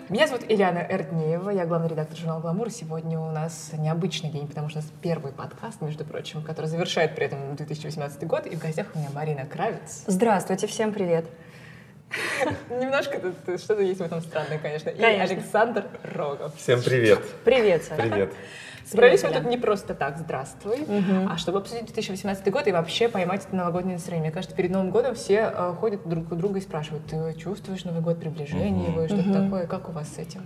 Меня зовут Ильяна Эрднеева, я главный редактор журнала «Гламур». Сегодня у нас необычный день, потому что у нас первый подкаст, между прочим, который завершает при этом 2018 год. И в гостях у меня Марина Кравец. Здравствуйте, всем привет. Немножко что-то есть в этом странное, конечно. И Александр Рогов. Всем привет. Привет, Саша. Привет. Собрались мы тут не просто так, здравствуй, а чтобы обсудить 2018 год и вообще поймать это новогоднее настроение. Мне кажется, перед Новым годом все ходят друг у друга и спрашивают: ты чувствуешь Новый год, приближение его и что-то такое? Как у вас с этим?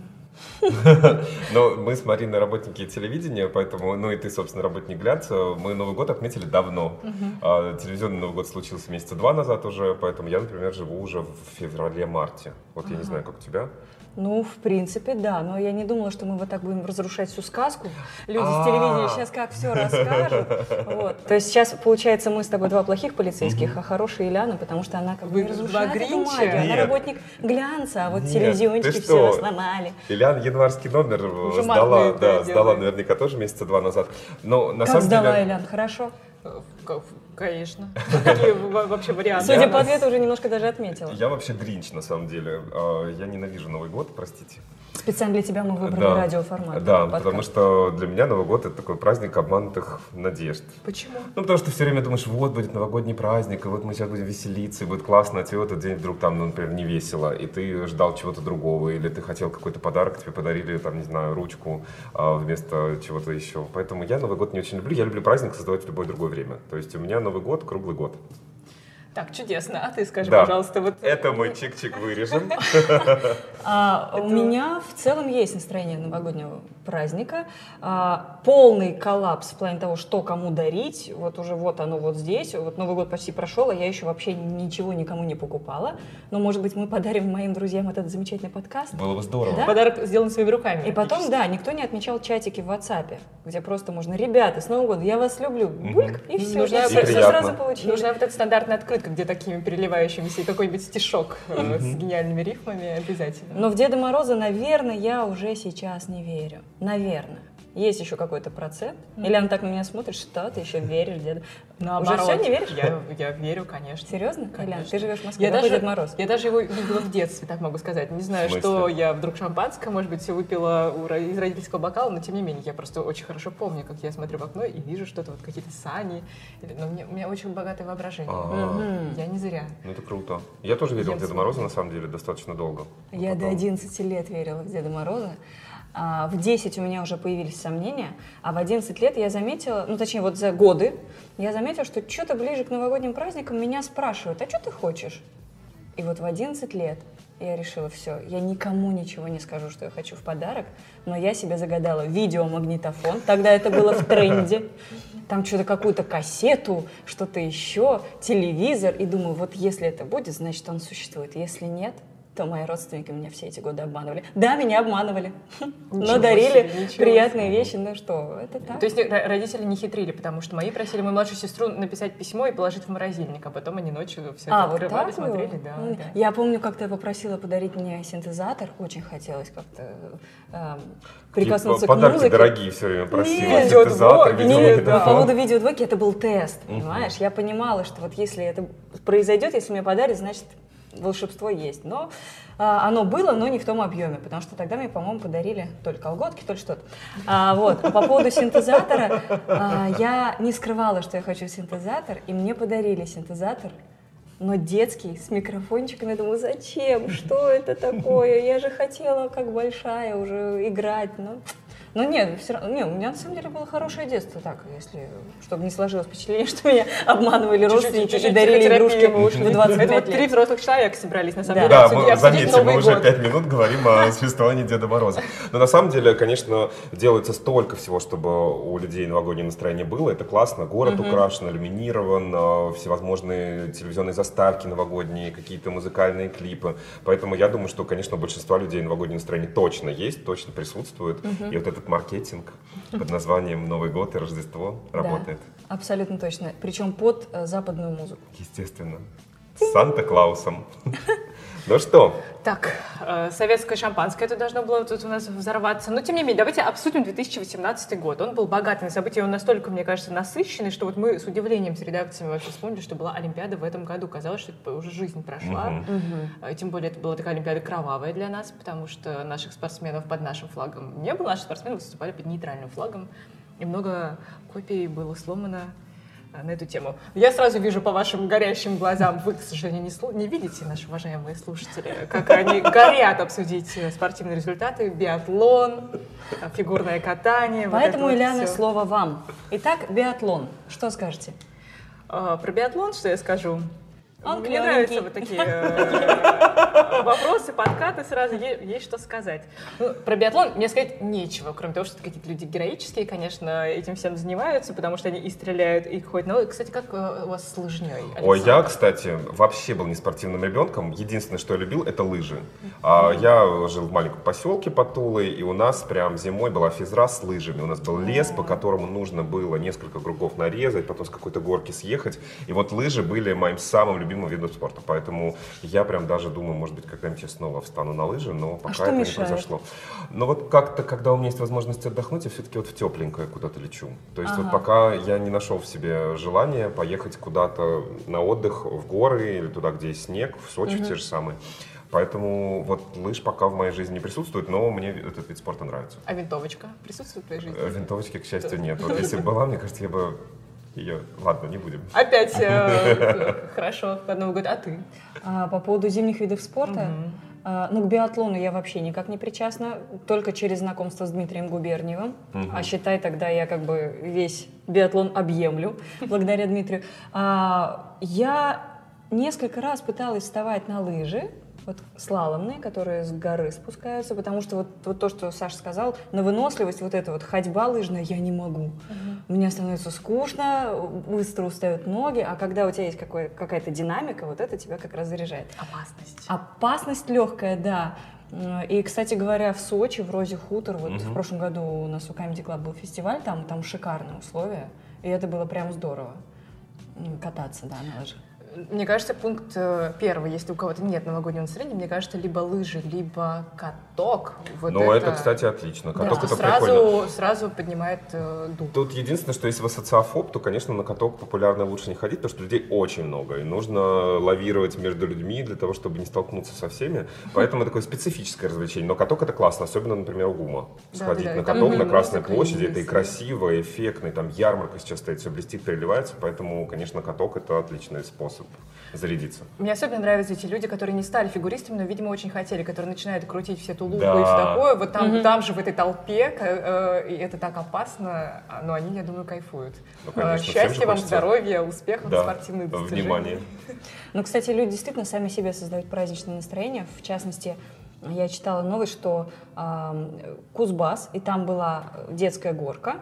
Ну, мы с Мариной работники телевидения, поэтому, ну и ты, собственно, работник «Глянца», мы Новый год отметили давно. Телевизионный Новый год случился месяца 2 назад уже, поэтому я, например, живу уже в феврале-марте. Вот я не знаю, как у тебя. Ну, в принципе, да, но я не думала, что мы вот так будем разрушать всю сказку. Люди с телевидения сейчас как все расскажут. Вот. То есть сейчас, получается, мы с тобой два плохих полицейских, а хорошая Ильяна, потому что она как бы разрушает эту магию. Она работник «Глянца», а вот телевизионщики все сломали. Ильяна январский номер сдала наверняка тоже месяца 2 назад. Но на как самом сдала, деле... Ильян, хорошо? Конечно. Какие вообще варианты? Судя по ответу, уже немножко даже отметила. Я вообще гринч, на самом деле. Я ненавижу Новый год, простите. Специально для тебя мы выбрали радиоформат. Да, потому что для меня Новый год — это такой праздник обманутых надежд. Почему? Ну, потому что все время думаешь, вот будет новогодний праздник, и вот мы сейчас будем веселиться, и будет классно, а тебе в этот день вдруг там, ну, например, не весело, и ты ждал чего-то другого, или ты хотел какой-то подарок, тебе подарили, там, не знаю, ручку вместо чего-то еще. Поэтому я Новый год не очень люблю. Я люблю праздник создавать в любое другое время. То есть у меня Новый год круглый год. Так, чудесно. А ты скажи, пожалуйста, вот... Это мы чик-чик вырежем. У меня в целом есть настроение новогоднего праздника. Полный коллапс в плане того, что кому дарить. Вот уже вот оно вот здесь. Вот Новый год почти прошел, а я еще вообще ничего никому не покупала. Но, может быть, мы подарим моим друзьям этот замечательный подкаст. Было бы здорово. Да? Подарок сделан своими руками. И потом, да, никто не отмечал чатики в WhatsApp, где просто можно: ребята, с Новым годом, я вас люблю, бульк, и все. Нужна Все сразу получили. Нужна вот эта стандартная открытка, где такими переливающимися, и какой-нибудь стишок с гениальными рифмами обязательно. Но в Деда Мороза, наверное, я уже сейчас не верю. Наверное. Есть еще какой-то процент. Или он так на меня смотрит, что ты еще веришь, Деда? Наоборот. Уже все, не веришь? Я верю, конечно. Серьезно? Конечно. Ильян, ты живешь в Москве, какой Дед Мороз? Я даже его видела в детстве, так могу сказать. Не знаю, что я вдруг шампанское, может быть, выпила из родительского бокала, но тем не менее, я просто очень хорошо помню, как я смотрю в окно и вижу что-то, вот какие-то сани. Но у меня очень богатое воображение. Я не зря. Ну это круто. Я тоже верил в Деда Мороза, на самом деле, достаточно долго. Я до 11 лет верила в Деда Мороза. В 10 у меня уже появились сомнения, а в 11 лет я заметила, ну точнее вот за годы, я заметила, что что-то ближе к новогодним праздникам меня спрашивают: а что ты хочешь? И вот в 11 лет я решила: все, я никому ничего не скажу, что я хочу в подарок, но я себе загадала видеомагнитофон, тогда это было в тренде, там что-то, какую-то кассету, что-то еще, телевизор, и думаю, вот если это будет, значит он существует, если нет, то мои родственники меня все эти годы обманывали. Да, меня обманывали, но дарили приятные вещи. Ну что, это так. То есть родители не хитрили, потому что мои просили мою младшую сестру написать письмо и положить в морозильник, а потом они ночью все это открывали, вот смотрели. Да. Я помню, как-то я попросила подарить мне синтезатор, очень хотелось как-то прикоснуться к музыке. Подарки дорогие все время просила. Нет, синтезатор, по поводу видеодвойки это был тест, понимаешь? Я понимала, что вот если это произойдет, если мне подарят, значит волшебство есть. Но оно было, но не в том объеме, потому что тогда мне, по-моему, подарили то ли колготки, то ли что-то. А по поводу синтезатора, я не скрывала, что я хочу синтезатор, и мне подарили синтезатор, но детский, с микрофончиком. Я думаю, зачем? Что это такое? Я же хотела, как большая, уже играть. Но нет, все равно, у меня на самом деле было хорошее детство, так, если, чтобы не сложилось впечатление, что меня обманывали родственники и дарили игрушки в 25 лет. Это вот 3 взрослых человека собрались, на самом деле, Да, заметьте, мы уже 5 минут говорим о существовании Деда Мороза. Но на самом деле, конечно, делается столько всего, чтобы у людей новогоднее настроение было. Это классно, город украшен, иллюминирован, всевозможные телевизионные заставки новогодние, какие-то музыкальные клипы. Поэтому я думаю, что, конечно, у большинства людей новогоднее настроение точно есть, точно присутствует. И вот этот маркетинг под названием «Новый год» и «Рождество» работает. Да, абсолютно точно. Причем под западную музыку. Естественно. С Санта-Клаусом. Ну что? Так, советское шампанское это должно было тут у нас взорваться. Но, тем не менее, давайте обсудим 2018 год. Он был богатый на события, он настолько, мне кажется, насыщенный, что вот мы с удивлением, с редакциями вообще вспомнили, что была Олимпиада в этом году. Казалось, что это уже жизнь прошла. Тем более, это была такая Олимпиада кровавая для нас, потому что наших спортсменов под нашим флагом не было. Наши спортсмены выступали под нейтральным флагом. И много копий было сломано на эту тему. Я сразу вижу по вашим горящим глазам, вы, к сожалению, не видите, наши уважаемые слушатели, как они горят обсудить спортивные результаты, биатлон, фигурное катание. Поэтому, вот Ильяна, все. слово вам. Итак, биатлон. Что скажете? Про биатлон, что я скажу? Он Мне клёвенький. нравятся вот такие вопросы, подкаты, сразу есть что сказать. Ну, про биатлон мне сказать нечего, кроме того, что какие-то люди героические, конечно, этим всем занимаются, потому что они и стреляют, и ходят. Ну, кстати, как у вас с лыжней, Ой, я, кстати, вообще был не спортивным ребенком. Единственное, что я любил, это лыжи. Я жил в маленьком поселке под Тулой, и у нас прям зимой была физра с лыжами. У нас был лес, по которому нужно было несколько кругов нарезать, потом с какой-то горки съехать. И вот лыжи были моим самым любимым видом спорта. Поэтому я прям даже думаю, может быть, когда-нибудь я снова встану на лыжи, но пока это не произошло. Но вот как-то, когда у меня есть возможность отдохнуть, я все-таки вот в тепленькое куда-то лечу. То есть вот пока я не нашел в себе желание поехать куда-то на отдых в горы или туда, где есть снег, в Сочи в те же самые. Поэтому вот лыж пока в моей жизни не присутствует, но мне этот вид спорта нравится. А винтовочка присутствует в твоей жизни? Винтовочки, к счастью, нет. Вот если бы была, мне кажется, я бы ее... Ладно, не будем. Опять хорошо, под Новый год. А ты? По поводу зимних видов спорта, ну, к биатлону я вообще никак не причастна, только через знакомство с Дмитрием Губерниевым. А считай, тогда я как бы весь биатлон объемлю, благодаря Дмитрию. Я несколько раз пыталась вставать на лыжи, вот слаломные, которые с горы спускаются, потому что вот то, что Саша сказал, на выносливость, вот эта вот ходьба лыжная, я не могу. Мне становится скучно, быстро устают ноги, а когда у тебя есть какая-то динамика, вот это тебя как раз заряжает. Опасность. Опасность легкая, да. И, кстати говоря, в Сочи, в Розе Хутор, вот в прошлом году у нас у Comedy Club был фестиваль, там шикарные условия, и это было прям здорово кататься, да, на лыжах. Мне кажется, пункт первый, если у кого-то нет новогоднего настроения, мне кажется, либо лыжи, либо каток. Вот Ну, это, кстати, отлично. Каток да, это прикольно. Сразу поднимает дух. Тут единственное, что если вы социофоб, то, конечно, на каток популярно лучше не ходить, потому что людей очень много, и нужно лавировать между людьми для того, чтобы не столкнуться со всеми. Поэтому такое специфическое развлечение. Но каток это классно, особенно, например, у ГУМа. Сходить на каток на Красной площади, это и красиво, и эффектно, и там ярмарка сейчас стоит, все блестит, переливается, поэтому, конечно, каток это отличный способ зарядиться. Мне особенно нравятся эти люди, которые не стали фигуристами, но, видимо, очень хотели, которые начинают крутить все тулупы Да. и все такое. Вот там же в этой толпе, и это так опасно, но они, я думаю, кайфуют. Ну, конечно, всем же Счастья вам, хочется. здоровья, успехов, Да, спортивных достижений. внимание. Ну, кстати, люди действительно сами себе создают праздничное настроение. В частности, я читала новость, что Кузбасс, и там была детская горка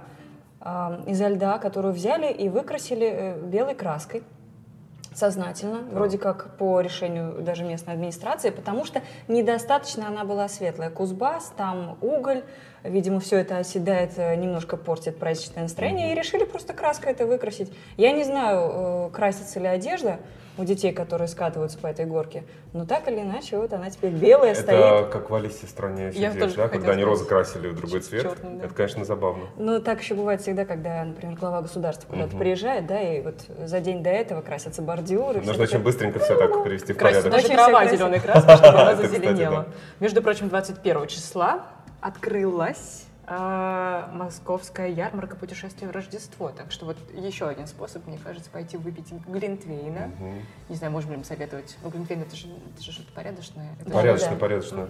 изо льда, которую взяли и выкрасили белой краской. Сознательно, вроде как по решению даже местной администрации, потому что недостаточно она была светлая. Кузбасс, там уголь, видимо, все это оседает, немножко портит праздничное настроение, и решили просто краской это выкрасить. Я не знаю, красится ли одежда у детей, которые скатываются по этой горке, но так или иначе, вот она теперь белая Это стоит. как в Алисе в стране Я чудес, тоже да? хотела Когда они розы сказать. красили в другой цвет. Чёрным, да. Это, конечно, забавно. Ну, так еще бывает всегда, когда, например, глава государства куда-то приезжает, да, и вот за день до этого красятся бордюры. Нужно очень быстренько все так привести в порядок. Даже Очень трава красиво. зеленой краской, чтобы она Это, кстати, зазеленела. да. Между прочим, 21 числа открылась московская ярмарка путешествия в Рождество. Так что вот еще один способ, мне кажется, пойти выпить глинтвейна. Не знаю, можем ли мы советовать. Ну, глинтвейн это же что-то порядочное. Это Порядочно, да. порядочно.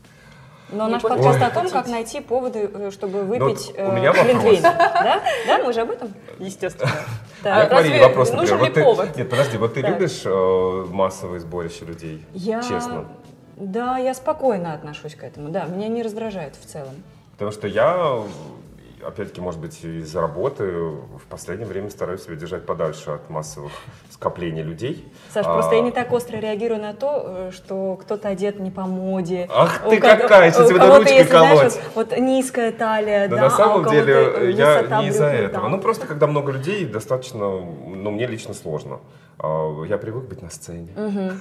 Но Не наш буду подкаст о том, шутить. как найти поводы, чтобы выпить у меня вопрос. глинтвейн. Да? Да, мы же об этом? естественно. Так. Мария, разве вопрос, нужен например. ли Вот ты, повод? нет, подожди, вот ты Так. любишь массовые сборища людей? Честно. Да, я спокойно отношусь к этому. Да, меня не раздражает в целом. Потому что я опять-таки, может быть, из-за работы в последнее время стараюсь себя держать подальше от массовых скоплений людей. Саш, просто я не так остро реагирую на то, что кто-то одет не по моде. Ах ты какая, сейчас тебе на ручкой колоть. Знаешь, вот низкая талия, но да, на самом деле я не из-за брюк, этого. Ну, просто когда много людей, достаточно, ну, мне лично сложно. Я привык быть на сцене.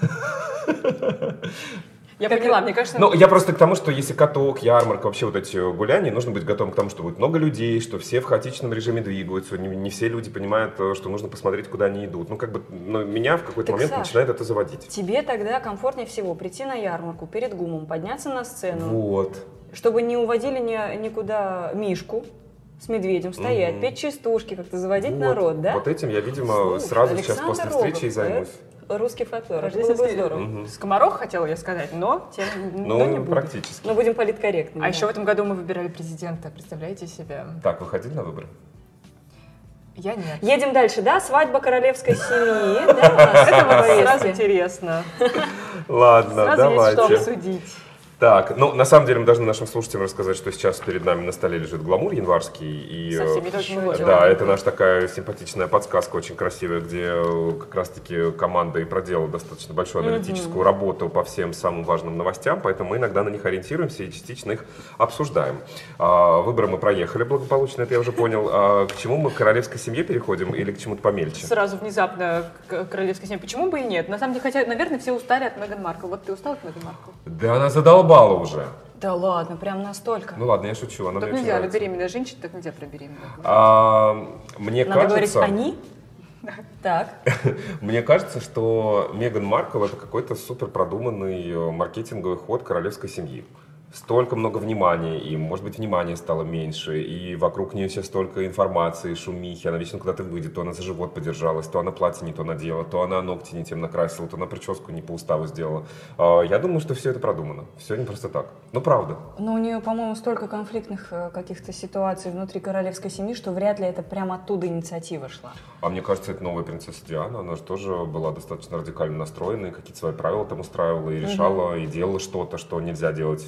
Я поняла, мне кажется... Ну, я просто к тому, что если каток, ярмарка, вообще вот эти гуляния, нужно быть готовым к тому, что будет много людей, что все в хаотичном режиме двигаются, не все люди понимают, что нужно посмотреть, куда они идут. Ну, как бы, меня в какой-то момент Саш, начинает это заводить. Тебе тогда комфортнее всего прийти на ярмарку перед ГУМом, подняться на сцену, Вот. чтобы не уводили никуда Мишку с медведем, стоять, петь частушки, как-то заводить народ, да? Вот этим я, видимо, сразу Александр сейчас после встречи и займусь. Русский фольклор. Это было бы здорово. Скоморох, хотела я сказать, но Ну, не буду. практически. Но будем политкорректными. А еще в этом году мы выбирали президента, представляете себе? Так, вы ходили на выборы? Я нет. Едем дальше, да? Свадьба королевской семьи. Да, у нас Это на вот повестке. сразу интересно. Ладно, Сразу есть что давайте. обсудить. Так, ну, на самом деле, мы должны нашим слушателям рассказать, что сейчас перед нами на столе лежит гламур январский. И, Со всеми точными да, это наша такая симпатичная подсказка, очень красивая, где как раз-таки команда и проделала достаточно большую аналитическую работу по всем самым важным новостям, поэтому мы иногда на них ориентируемся и частично их обсуждаем. Выборы мы проехали благополучно, это я уже понял. К чему мы, к королевской семье переходим или к чему-то помельче? Сразу внезапно к королевской семье. Почему бы и нет? На самом деле, хотя, наверное, все устали от Меган Маркл. Вот ты устал от Меган Маркл? Да она задолбала уже. Да ладно, прям настолько. Ну ладно, я шучу, она Так мне очень нельзя, она нравится. беременная женщина, так нельзя про беременную. Мне Надо говорить кажется... «они». Так. Мне кажется, что Меган Маркл это какой-то супер продуманный маркетинговый ход королевской семьи. Столько много внимания им, может быть, внимания стало меньше, и вокруг нее сейчас столько информации, шумихи, она вечно куда-то выйдет, то она за живот подержалась, то она платье не то надела, то она ногти не тем накрасила, то она прическу не по уставу сделала. Я думаю, что все это продумано, все не просто так. Ну, правда. Но у нее, по-моему, столько конфликтных каких-то ситуаций внутри королевской семьи, что вряд ли это прямо оттуда инициатива шла. А мне кажется, это новая принцесса Диана, она же тоже была достаточно радикально настроена, и какие-то свои правила там устраивала, и решала, и делала что-то, что нельзя делать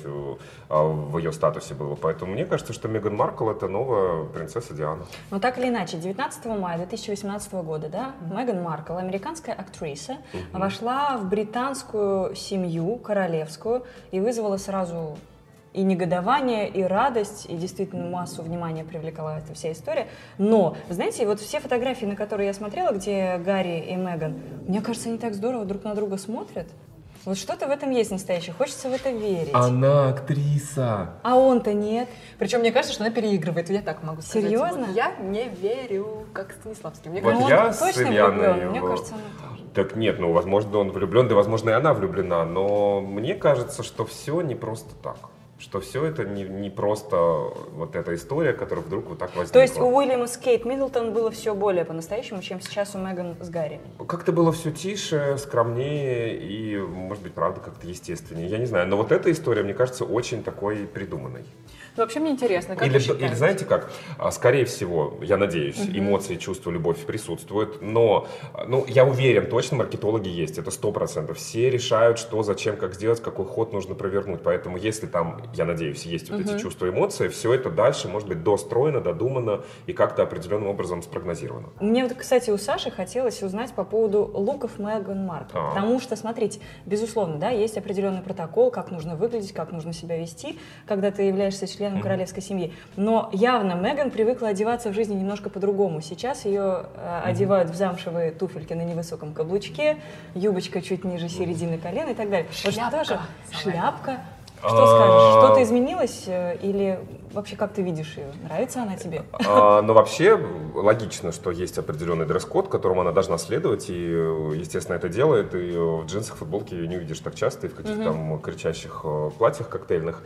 в ее статусе было. Поэтому мне кажется, что Меган Маркл это новая принцесса Диана. Но так или иначе, 19 мая 2018 года, да, Меган Маркл, американская актриса, вошла в британскую семью королевскую и вызвала сразу и негодование, и радость, и действительно массу внимания привлекала эта вся история. Но, знаете, вот все фотографии, на которые я смотрела, где Гарри и Меган, мне кажется, они так здорово друг на друга смотрят. Вот что-то в этом есть настоящее, хочется в это верить. Она актриса. А он-то нет. Причем мне кажется, что она переигрывает, я так могу сказать. Серьезно? Вот я не верю, как Станиславский. Мне Вот кажется, я он с точно Ильяной влюблен? Мне кажется, она тоже. Так нет, ну, возможно, он влюблен, да, возможно, и она влюблена, но мне кажется, что все не просто так. Что все это не просто вот эта история, которая вдруг вот так возникла. То есть у Уильяма с Кейт Миддлтон было все более по-настоящему, чем сейчас у Меган с Гарри? Как-то было все тише, скромнее и, может быть, правда, как-то естественнее. Я не знаю, но вот эта история, мне кажется, очень такой придуманной. Ну, вообще мне интересно, как вы Или считаете? знаете как, скорее всего, я надеюсь, эмоции, чувства, любовь присутствуют, но ну, я уверен, точно маркетологи есть, это 100%. Все решают, что, зачем, как сделать, какой ход нужно провернуть. Поэтому если там, я надеюсь, есть вот эти чувства, эмоции, все это дальше может быть достроено, додумано и как-то определенным образом спрогнозировано. Мне вот, кстати, у Саши хотелось узнать по поводу луков Меган Маркл. Потому что, смотрите, безусловно, да, есть определенный протокол, как нужно выглядеть, как нужно себя вести, когда ты являешься членом королевской семьи. Но явно Меган привыкла одеваться в жизни немножко по-другому. Сейчас ее одевают в замшевые туфельки на невысоком каблучке, юбочка чуть ниже середины колена и так далее. Шляпка. Вот тоже шляпка. Что скажешь? Что-то изменилось или вообще как ты видишь ее? Нравится она тебе? Но вообще логично, что есть определенный дресс-код, которому она должна следовать, и, естественно, это делает, и в джинсах, футболке ее не увидишь так часто, и в каких-то там кричащих платьях коктейльных.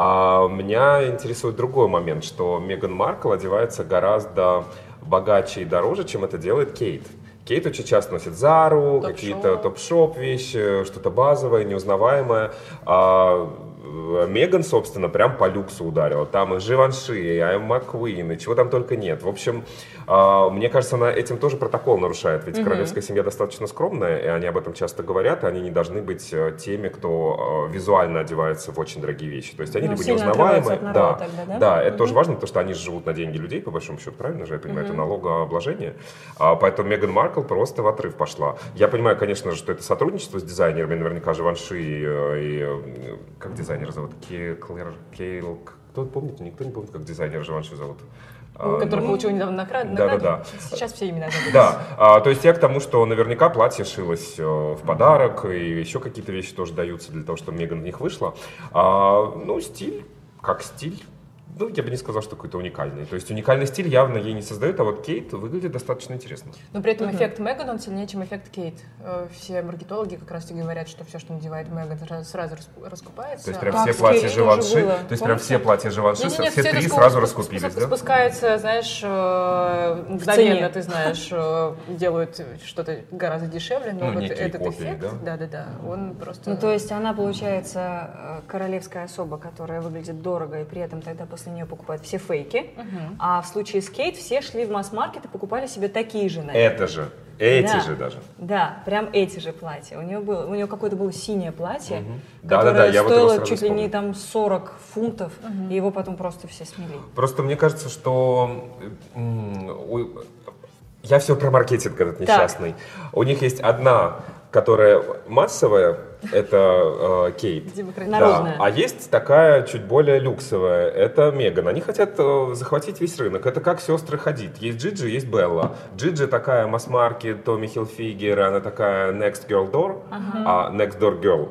А меня интересует другой момент, что Меган Маркл одевается гораздо богаче и дороже, чем это делает Кейт. Кейт очень часто носит Зару, какие-то топ-шоп вещи, что-то базовое, неузнаваемое. Меган, собственно, прям по люксу ударила. Там и Живанши, и Айм Маккуин, и чего там только нет. В общем, мне кажется, она этим тоже протокол нарушает. Ведь королевская семья достаточно скромная, и они об этом часто говорят, и они не должны быть теми, кто визуально одевается в очень дорогие вещи. То есть они либо неузнаваемые. Да, это тоже важно, потому что они же живут на деньги людей, по большому счету, правильно же? Я понимаю, это налогообложение. Поэтому Меган Маркл просто в отрыв пошла. Я понимаю, конечно же, что это сотрудничество с дизайнерами, наверняка Живанши и как дизайнер зовут? Кейл. Кто помнит? Никто не помнит, как дизайнер Живанши зовут. Который получил недавно награду. Да. Сейчас все имена забыли. Да, то есть я к тому, что наверняка платье шилось в подарок, и еще какие-то вещи тоже даются для того, чтобы Меган в них вышла. Ну, стиль, как стиль. Ну, я бы не сказал, что какой-то уникальный. То есть уникальный стиль явно ей не создает, а вот Кейт выглядит достаточно интересно. Но при этом эффект Меган, он сильнее, чем эффект Кейт. Все маркетологи как раз таки говорят, что все, что надевает Меган, сразу раскупается. То есть прям все платья Живанши, все три сразу раскупились, да? Спускается, знаешь, мгновенно, ты знаешь, делают что-то гораздо дешевле, но вот этот эффект, да, он просто... Ну, то есть она, получается, королевская особа, которая выглядит дорого, и при этом тогда после нее покупают все фейки, а в случае с Кейт все шли в масс-маркет и покупали себе такие же, наверное. Эти же даже. Да, прям эти же платья. У нее какое-то было синее платье, которое стоило чуть ли не там 40 фунтов, и его потом просто все смели. Просто мне кажется, что я все про маркетинг этот несчастный. У них есть одна, которая массовая, это Кейт. Народная. А есть такая чуть более люксовая, это Меган. Они хотят захватить весь рынок. Это как сестры ходить. Есть Джиджи, есть Белла. Джиджи такая масс-маркет, Томми Хилфигер, она такая next door girl.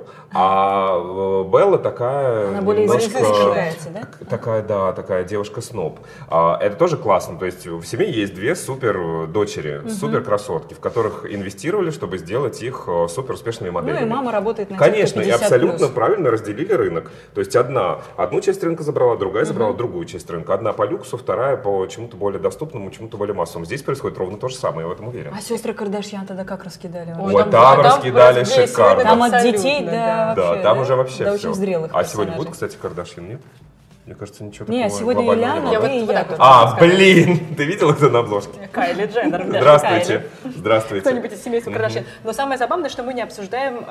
А Белла такая... Она более изысканная, да? Такая девушка-сноб. Это тоже классно. То есть в семье есть две супер дочери, супер красотки, в которых инвестировали, чтобы сделать их супер успешными моделями. Ну и мама работает на Конечно, и абсолютно правильно разделили рынок. То есть одну часть рынка забрала, другая забрала другую часть рынка. Одна по люксу, вторая по чему-то более доступному, чему-то более массовому. Здесь происходит ровно то же самое, я в этом уверен. А сестры Кардашьян тогда как раскидали? Вот там раскидали шикарно. Там от детей до там уже вообще до все. очень зрелых А сегодня будут, кстати, Кардашьян, нет? Мне кажется, ничего такого нет, сегодня глобального Ильяна, не я. Блин! Ты видела, кто на обложке? Кайли Дженнер. Здравствуйте. Здравствуйте. Кто-нибудь из семейства Кардашьян. Но самое забавное, что мы не обсуждаем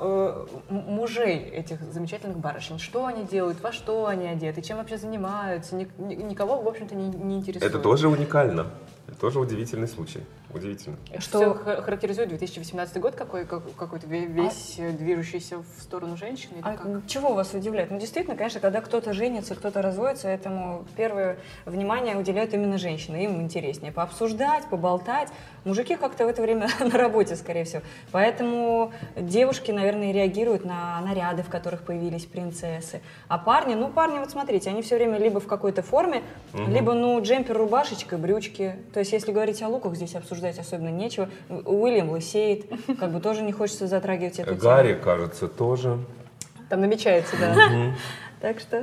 мужей этих замечательных барышень. Что они делают, во что они одеты, чем вообще занимаются. Никого, в общем-то, не интересует. Это тоже уникально. Это тоже удивительный случай. Удивительно. Что характеризует 2018 год какой-то весь движущийся в сторону женщины? Чего вас удивляет? Ну, действительно, конечно, когда кто-то женится, кто-то разводится, этому первое внимание уделяют именно женщины. Им интереснее пообсуждать, поболтать. Мужики как-то в это время на работе, скорее всего. Поэтому девушки, наверное, реагируют на наряды, в которых появились принцессы. А парни, вот смотрите, они все время либо в какой-то форме, либо, джемпер, рубашечка, брючки. То есть, если говорить о луках, здесь обсуждать особенно нечего. Уильям лысеет, как бы тоже не хочется затрагивать эту тему. Гарри, кажется, тоже. Там намечается, да. Так что...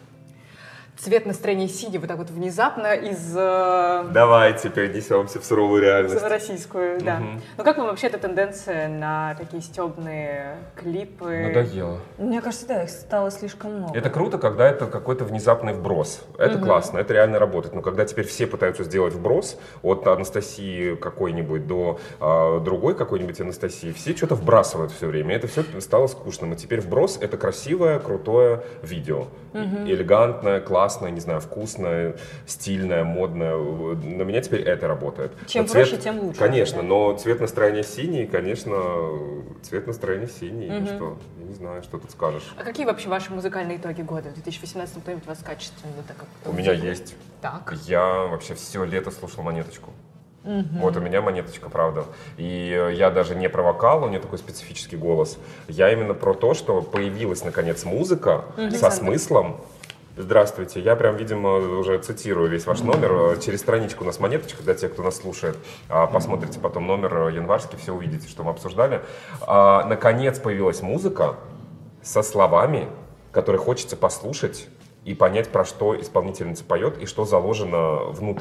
Цвет настроения синий вот так вот внезапно из... Давайте перенесемся в суровую реальность. Российскую, да. Ну как вам вообще эта тенденция на такие стебные клипы? Надоело. Мне кажется, да, их стало слишком много. Это круто, когда это какой-то внезапный вброс. Это классно, это реально работает. Но когда теперь все пытаются сделать вброс, от Анастасии какой-нибудь до другой какой-нибудь Анастасии, все что-то вбрасывают все время. Это все стало скучным. И теперь вброс — это красивое, крутое видео. Элегантное, классное, не знаю, вкусное, стильное, модное. На меня теперь это работает. Чем проще, тем лучше. Конечно, но цвет настроения синий, конечно, цвет настроения синий. Ну что, я не знаю, что тут скажешь. А какие вообще ваши музыкальные итоги года? В 2018 кто-нибудь вас качественно? У меня есть. Так. Я вообще все лето слушал Монеточку. Вот у меня Монеточка, правда. И я даже не про вокал, у нее такой специфический голос. Я именно про то, что появилась наконец музыка со смыслом. Здравствуйте. Я прям, видимо, уже цитирую весь ваш номер. Через страничку у нас Монеточка, для тех, кто нас слушает. Посмотрите потом номер январский, все увидите, что мы обсуждали. Наконец появилась музыка со словами, которые хочется послушать и понять, про что исполнительница поет и что заложено внутрь.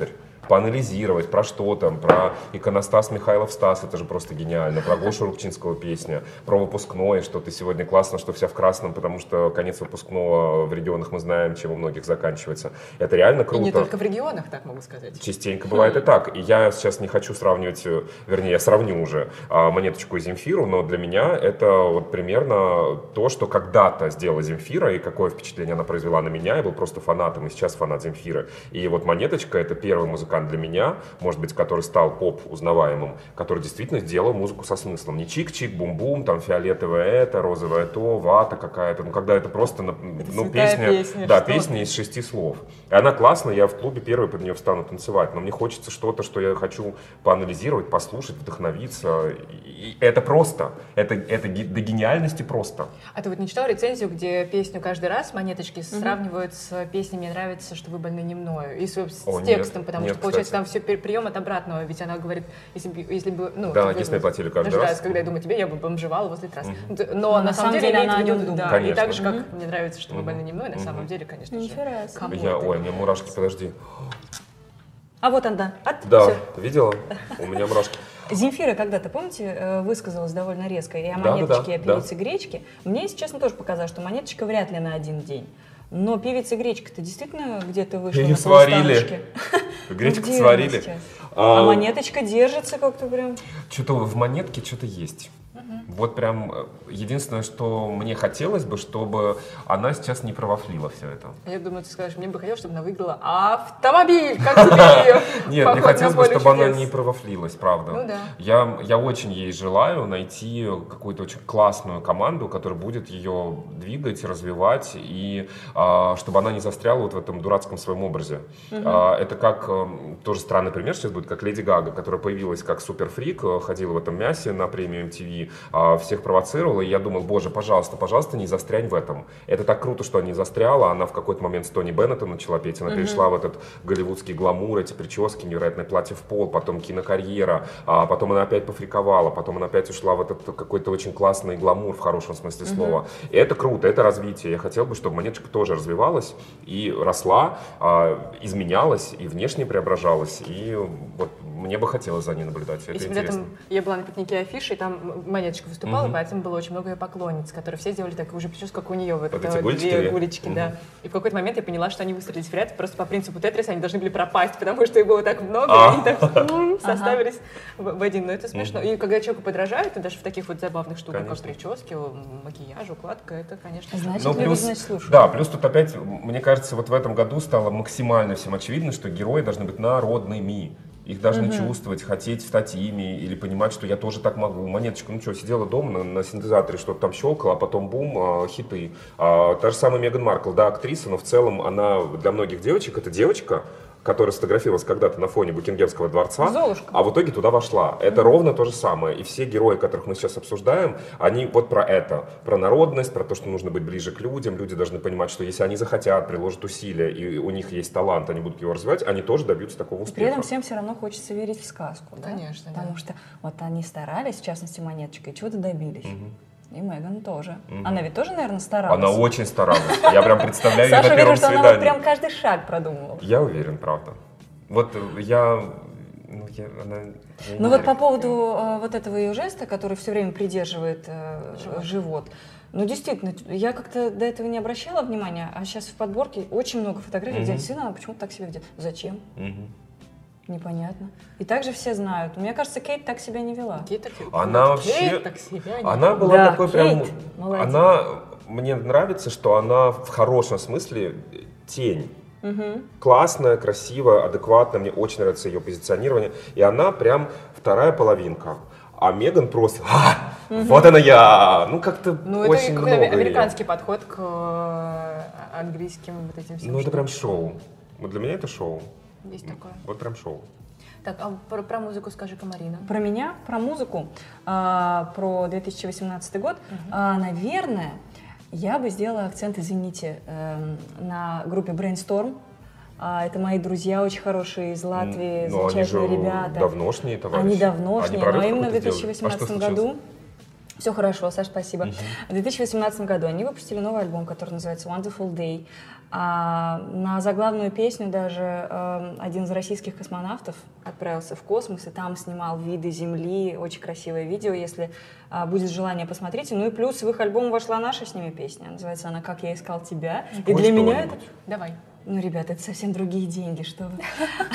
поанализировать, про что там, про иконостас Михайлов Стас, это же просто гениально, про Гошу Рубчинского песня, про выпускной, что ты сегодня классно, что вся в красном, потому что конец выпускного в регионах мы знаем, чем у многих заканчивается. Это реально круто. И не только в регионах, так могу сказать. Частенько бывает и так. И я сейчас не хочу сравнивать, вернее, я сравню уже Монеточку и Земфиру, но для меня это вот примерно то, что когда-то сделала Земфира, и какое впечатление она произвела на меня. Я был просто фанатом, и сейчас фанат Земфиры. И вот Монеточка — это первый музыкант для меня, может быть, который стал поп узнаваемым, который действительно сделал музыку со смыслом. Не чик-чик, бум-бум, там фиолетовое это, розовое то, вата какая-то. Ну, когда это просто, ну, песня, да, песня из 6 слов. И она классная, я в клубе первый под нее встану танцевать, но мне хочется что-то, что я хочу поанализировать, послушать, вдохновиться. И это просто, это до гениальности просто. А ты вот не читал рецензию, где песню каждый раз Монеточки сравнивают с песней «Мне нравится, что вы больны не мною» и с текстом, потому что, получается, там все прием от обратного, ведь она говорит, если бы... Ну, да, если бы платили каждый раз. Когда я думаю тебе, я бы бомжевала возле трасс. Но на самом деле она не думает. Да, и так же, как «Мне нравится, что вы больны не мной», на самом деле, конечно же. Ой, у меня мурашки, подожди. А вот она. Да, Всё. Видела? У меня мурашки. Земфира когда-то, помните, высказалась довольно резко и о Монеточке, и о певице Гречке. Мне, если честно, тоже показалось, что Монеточка вряд ли на один день. Но певица Гречка-то действительно где-то вышла ее на сварили. Гречку сварили. А Монеточка держится как-то прям. Что-то в Монетке что-то есть. Вот прям единственное, что мне хотелось бы, чтобы она сейчас не провафлила все это. Я думаю, ты скажешь, мне бы хотелось, чтобы она выиграла автомобиль, как тебе. Нет, мне хотелось бы, чтобы она не провафлилась, правда. Ну да. Я очень ей желаю найти какую-то очень классную команду, которая будет ее двигать, развивать, и чтобы она не застряла вот в этом дурацком своем образе. Это как, тоже странный пример сейчас будет, как Леди Гага, которая появилась как суперфрик, ходила в этом мясе на премию MTV, всех провоцировала, и я думал, боже, пожалуйста, пожалуйста, не застрянь в этом. Это так круто, что она не застряла, она в какой-то момент с Тони Беннетом начала петь, она перешла в этот голливудский гламур, эти прически, невероятное платье в пол, потом кинокарьера, потом она опять пофриковала, потом она опять ушла в этот какой-то очень классный гламур в хорошем смысле слова. И это круто, это развитие. Я хотел бы, чтобы Монеточка тоже развивалась и росла, изменялась и внешне преображалась, и вот мне бы хотелось за ней наблюдать. Это интересно. Я была на пикнике афиши, и там Монеточка выступала, поэтому было очень много ее поклонниц, которые все сделали такую же прическу, как у нее. Вот эти гульчики? Две гулечки, да. И в какой-то момент я поняла, что они выстроились в ряд просто по принципу Тетриса, они должны были пропасть, потому что их было так много, и они так составились в один. Но это смешно. И когда человеку подражают, и даже в таких вот забавных штуках, как прически, макияж, укладка, это, конечно, значит, любят, значит, слушают. Да, плюс тут опять, мне кажется, вот в этом году стало максимально всем очевидно, что герои должны быть народными. Их должны чувствовать, хотеть стать ими или понимать, что я тоже так могу. Монеточка, ну что, сидела дома на синтезаторе, что-то там щелкала, а потом бум, хиты. Та же самая Меган Маркл, да, актриса, но в целом она для многих девочек, это девочка, которая сфотографировалась когда-то на фоне Букингемского дворца, Золушка. а в итоге туда вошла. Это ровно то же самое. И все герои, которых мы сейчас обсуждаем, они вот про это. Про народность, про то, что нужно быть ближе к людям. Люди должны понимать, что если они захотят, приложат усилия, и у них есть талант, они будут его развивать, они тоже добьются такого успеха. При этом всем все равно хочется верить в сказку. Конечно, да? Потому что вот они старались, в частности, Монеточка, и чего-то добились. И Меган тоже. Она ведь тоже, наверное, старалась. Она очень старалась. Я прям представляю ее на Саша первом уверен, что свидании. она вот прям каждый шаг продумывала. Я уверен, правда. Вот я... Ну вот по поводу вот этого ее жеста, который все время придерживает живот. Ну, действительно, я как-то до этого не обращала внимания, а сейчас в подборке очень много фотографий, где действительно она почему-то так себя ведет. Зачем? Непонятно. И также все знают. Мне кажется, Кейт так себя не вела. Она вообще... Она была такой прям... Мне нравится, что она в хорошем смысле тень. Классная, красивая, адекватная. Мне очень нравится ее позиционирование. И она прям вторая половинка. А Меган просто... Вот она я! Ну, как-то очень много. Это американский подход к английским вот этим всем. Ну, это прям шоу. Вот для меня это шоу. Есть такое. Вот прям шоу. Так, а про музыку скажи-ка, Марина. Про меня, про музыку, про 2018 год. Наверное, я бы сделала акцент, извините, на группе Brainstorm. Это мои друзья очень хорошие из Латвии, замечательные ребята. Давношние товарищи. Они давношние, но именно в 2018 году Все хорошо, Саш, спасибо. В 2018 году они выпустили новый альбом, который называется Wonderful Day. На заглавную песню даже один из российских космонавтов отправился в космос и там снимал виды Земли. Очень красивое видео, если будет желание, посмотрите. Ну и плюс в их альбом вошла наша с ними песня. Называется она «Как я искал тебя». И для меня это... Давай. Ну, ребята, это совсем другие деньги, что вы.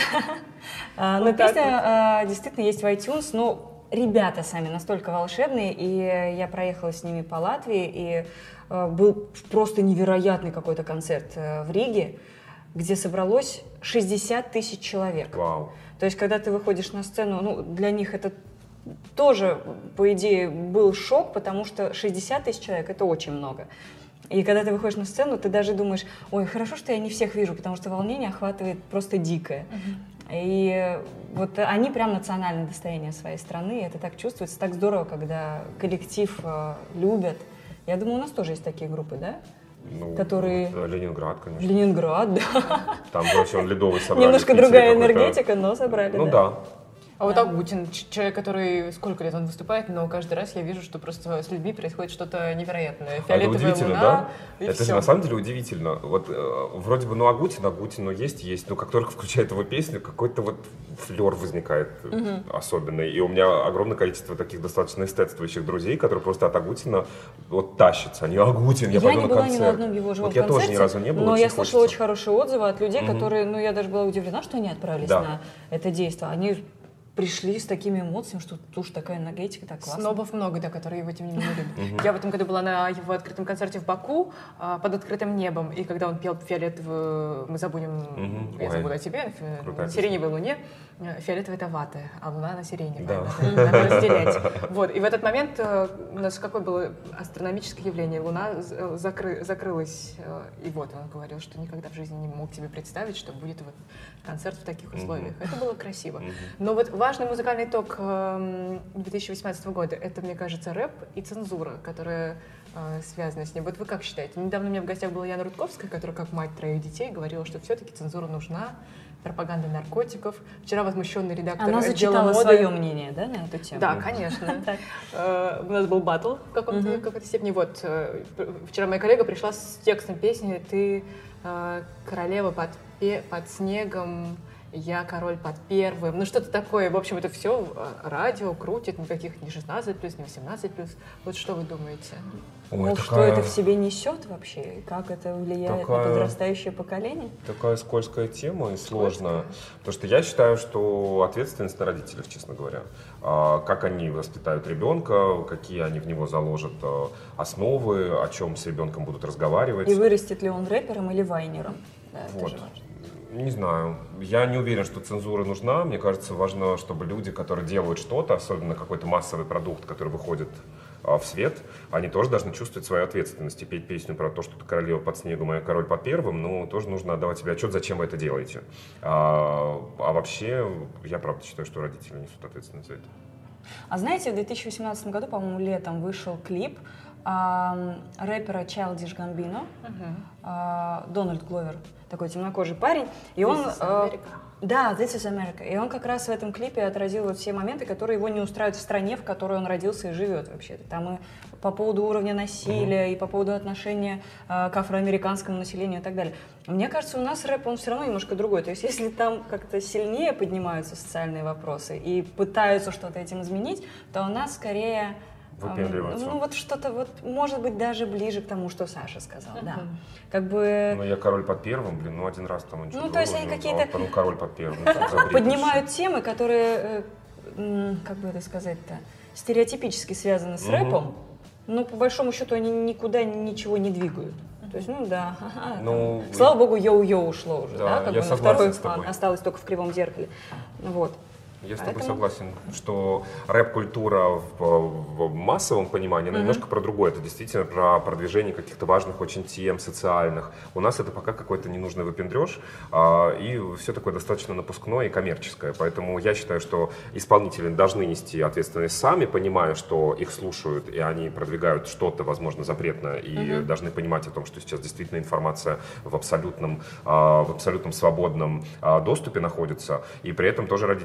Но песня действительно есть в iTunes, но ребята сами настолько волшебные, и я проехала с ними по Латвии, и был просто невероятный какой-то концерт в Риге, где собралось 60 тысяч человек. Вау. То есть, когда ты выходишь на сцену, ну, для них это тоже, по идее, был шок, потому что 60 тысяч человек — это очень много. И когда ты выходишь на сцену, ты даже думаешь, ой, хорошо, что я не всех вижу, потому что волнение охватывает просто дикое. И вот они прям национальное достояние своей страны, и это так чувствуется, так здорово, когда коллектив любят. Я думаю, у нас тоже есть такие группы, да? Ну, которые... Ленинград, конечно. Ленинград, да. Там вообще он ледовый собрали. Немножко другая энергетика, но собрали, ну, да. А вот Агутин, человек, который сколько лет он выступает, но каждый раз я вижу, что просто с людьми происходит что-то невероятное. Фиолетовая это удивительно, луна, да? И это все. же на самом деле удивительно. Вот вроде бы, Агутин, есть. Но как только включает его песню, какой-то вот флер возникает особенный. И у меня огромное количество таких достаточно эстетствующих друзей, которые просто от Агутина вот тащатся. Они Агутин, я пойду на концерт. Я не была ни на одном его живом вот я концерте, тоже ни разу не был. но я слышала хочется. очень хорошие отзывы от людей, которые, ну, я даже была удивлена, что они отправились на это действие. Они пришли с такими эмоциями, что уж такая энергетика, так классно. Снобов много, да, которые его тем не менее любят. Я в этом году была на его открытом концерте в Баку под открытым небом, и когда он пел фиолетовую, мы забудем, я забуду о тебе, на сиреневой луне, фиолетовая — это вата, а луна — она сиреневая, надо разделять. Вот, и в этот момент у нас какое было астрономическое явление, луна закрылась, и вот он говорил, что никогда в жизни не мог себе представить, что будет вот концерт в таких условиях. Это было красиво. Но вот важный музыкальный итог 2018 года — это, мне кажется, рэп и цензура, которая связана с ним. Вот вы как считаете? Недавно у меня в гостях была Яна Рудковская, которая, как мать 3 детей, говорила, что все-таки цензура нужна, пропаганда наркотиков. Вчера возмущенный редактор Она зачитала свое мнение, да, на эту тему? Да, конечно. У нас был баттл в какой-то степени. Вот, вчера моя коллега пришла с текстом песни «Ты королева под снегом, я король под первым». Ну, что-то такое. В общем, это все радио крутит, никаких не 16+, не 18+. Вот что вы думаете? Ой, что это в себе несет вообще? И как это влияет на подрастающее поколение? Такая скользкая тема и сложная. Потому что я считаю, что ответственность на родителях, честно говоря. Как они воспитают ребенка, какие они в него заложат основы, о чем с ребенком будут разговаривать. И вырастет ли он рэпером или вайнером? Да, вот. Это же важно. Не знаю. Я не уверен, что цензура нужна. Мне кажется, важно, чтобы люди, которые делают что-то, особенно какой-то массовый продукт, который выходит в свет, они тоже должны чувствовать свою ответственность и петь песню про то, что ты королева под снегом, а я король под первым, но тоже нужно отдавать себе отчет, зачем вы это делаете. А вообще, я правда считаю, что родители несут ответственность за это. А знаете, в 2018 году, по-моему, летом вышел клип рэпера Childish Gambino, Дональд Гловер, такой темнокожий парень, и он... Да, This is America. И он как раз в этом клипе отразил вот все моменты, которые его не устраивают в стране, в которой он родился и живет вообще-то. Там и по поводу уровня насилия, и по поводу отношения к афроамериканскому населению и так далее. Мне кажется, у нас рэп, он все равно немножко другой. То есть если там как-то сильнее поднимаются социальные вопросы и пытаются что-то этим изменить, то у нас скорее... Ну вот что-то вот, может быть, даже ближе к тому, что Саша сказал, да. Как бы... Ну я король под первым, один раз там он что-то... Ну то есть они какие-то... король под первым. Поднимают темы, которые, как бы это сказать-то, стереотипически связаны с рэпом, но по большому счету они никуда ничего не двигают. То есть, слава богу, йоу-йоу ушло уже, да, как бы на второй план, осталось только в кривом зеркале. Вот. Я с тобой согласен, что рэп-культура в массовом понимании, она немножко про другое. Это действительно про продвижение каких-то важных очень тем, социальных. У нас это пока какой-то ненужный выпендрёж, и все такое достаточно напускное и коммерческое. Поэтому я считаю, что исполнители должны нести ответственность сами, понимая, что их слушают, и они продвигают что-то, возможно, запретное, и должны понимать о том, что сейчас действительно информация в абсолютном свободном доступе находится. И при этом тоже родители, которые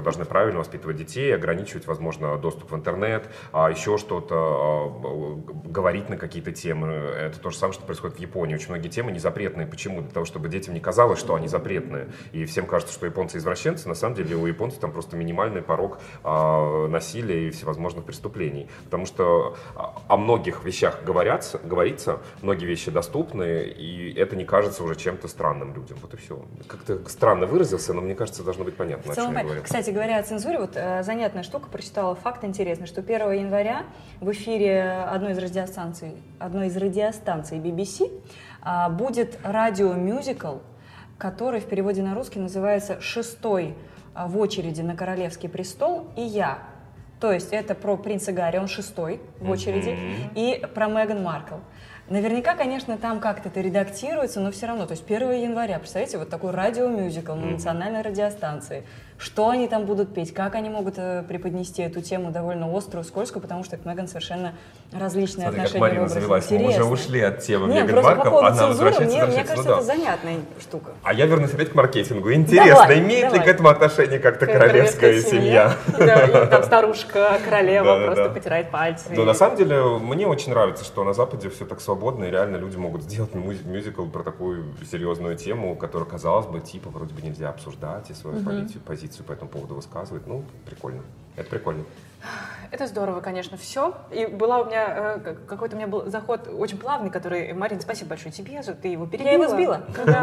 должны правильно воспитывать детей, ограничивать, возможно, доступ в интернет, еще что-то, говорить на какие-то темы. Это то же самое, что происходит в Японии. Очень многие темы не запретные. Почему? Для того, чтобы детям не казалось, что они запретные. И всем кажется, что японцы извращенцы. На самом деле у японцев там просто минимальный порог насилия и всевозможных преступлений. Потому что о многих вещах говорится, многие вещи доступны, и это не кажется уже чем-то странным людям. Вот и все. Как-то странно выразился, но мне кажется, должно быть понятно, о чем я говорю. Кстати говоря, о цензуре, вот занятная штука, прочитала факт интересный, что 1 января в эфире одной из радиостанций BBC будет радиомюзикл, который в переводе на русский называется «Шестой в очереди на королевский престол и я». То есть это про принца Гарри, он 6-й в очереди, и про Меган Маркл. Наверняка, конечно, там как-то это редактируется, но все равно. То есть 1 января, представляете, вот такой радиомюзикл на национальной радиостанции. Что они там будут петь, как они могут преподнести эту тему довольно острую, скользкую, потому что к Меган совершенно различные отношения. Как Марина завелась, мы уже ушли от темы Нет, Меган Маркл, по поводу она цензуры, возвращается. мне кажется, это занятная штука. А я вернусь опять к маркетингу. Интересно, Давай. имеет ли к этому отношение как-то королевская семья? Да, и там старушка, королева просто потирает пальцы. Но на самом деле мне очень нравится, что на Западе все так свободно, и реально люди могут сделать мюзикл про такую серьезную тему, которую, казалось бы, типа вроде бы нельзя обсуждать и свою позицию по этому поводу высказывать. Ну, прикольно. Это прикольно. Это здорово, конечно, все. И была у меня какой-то у меня был заход очень плавный, который, Марина, спасибо большое тебе, что ты его перебила. Я его сбила.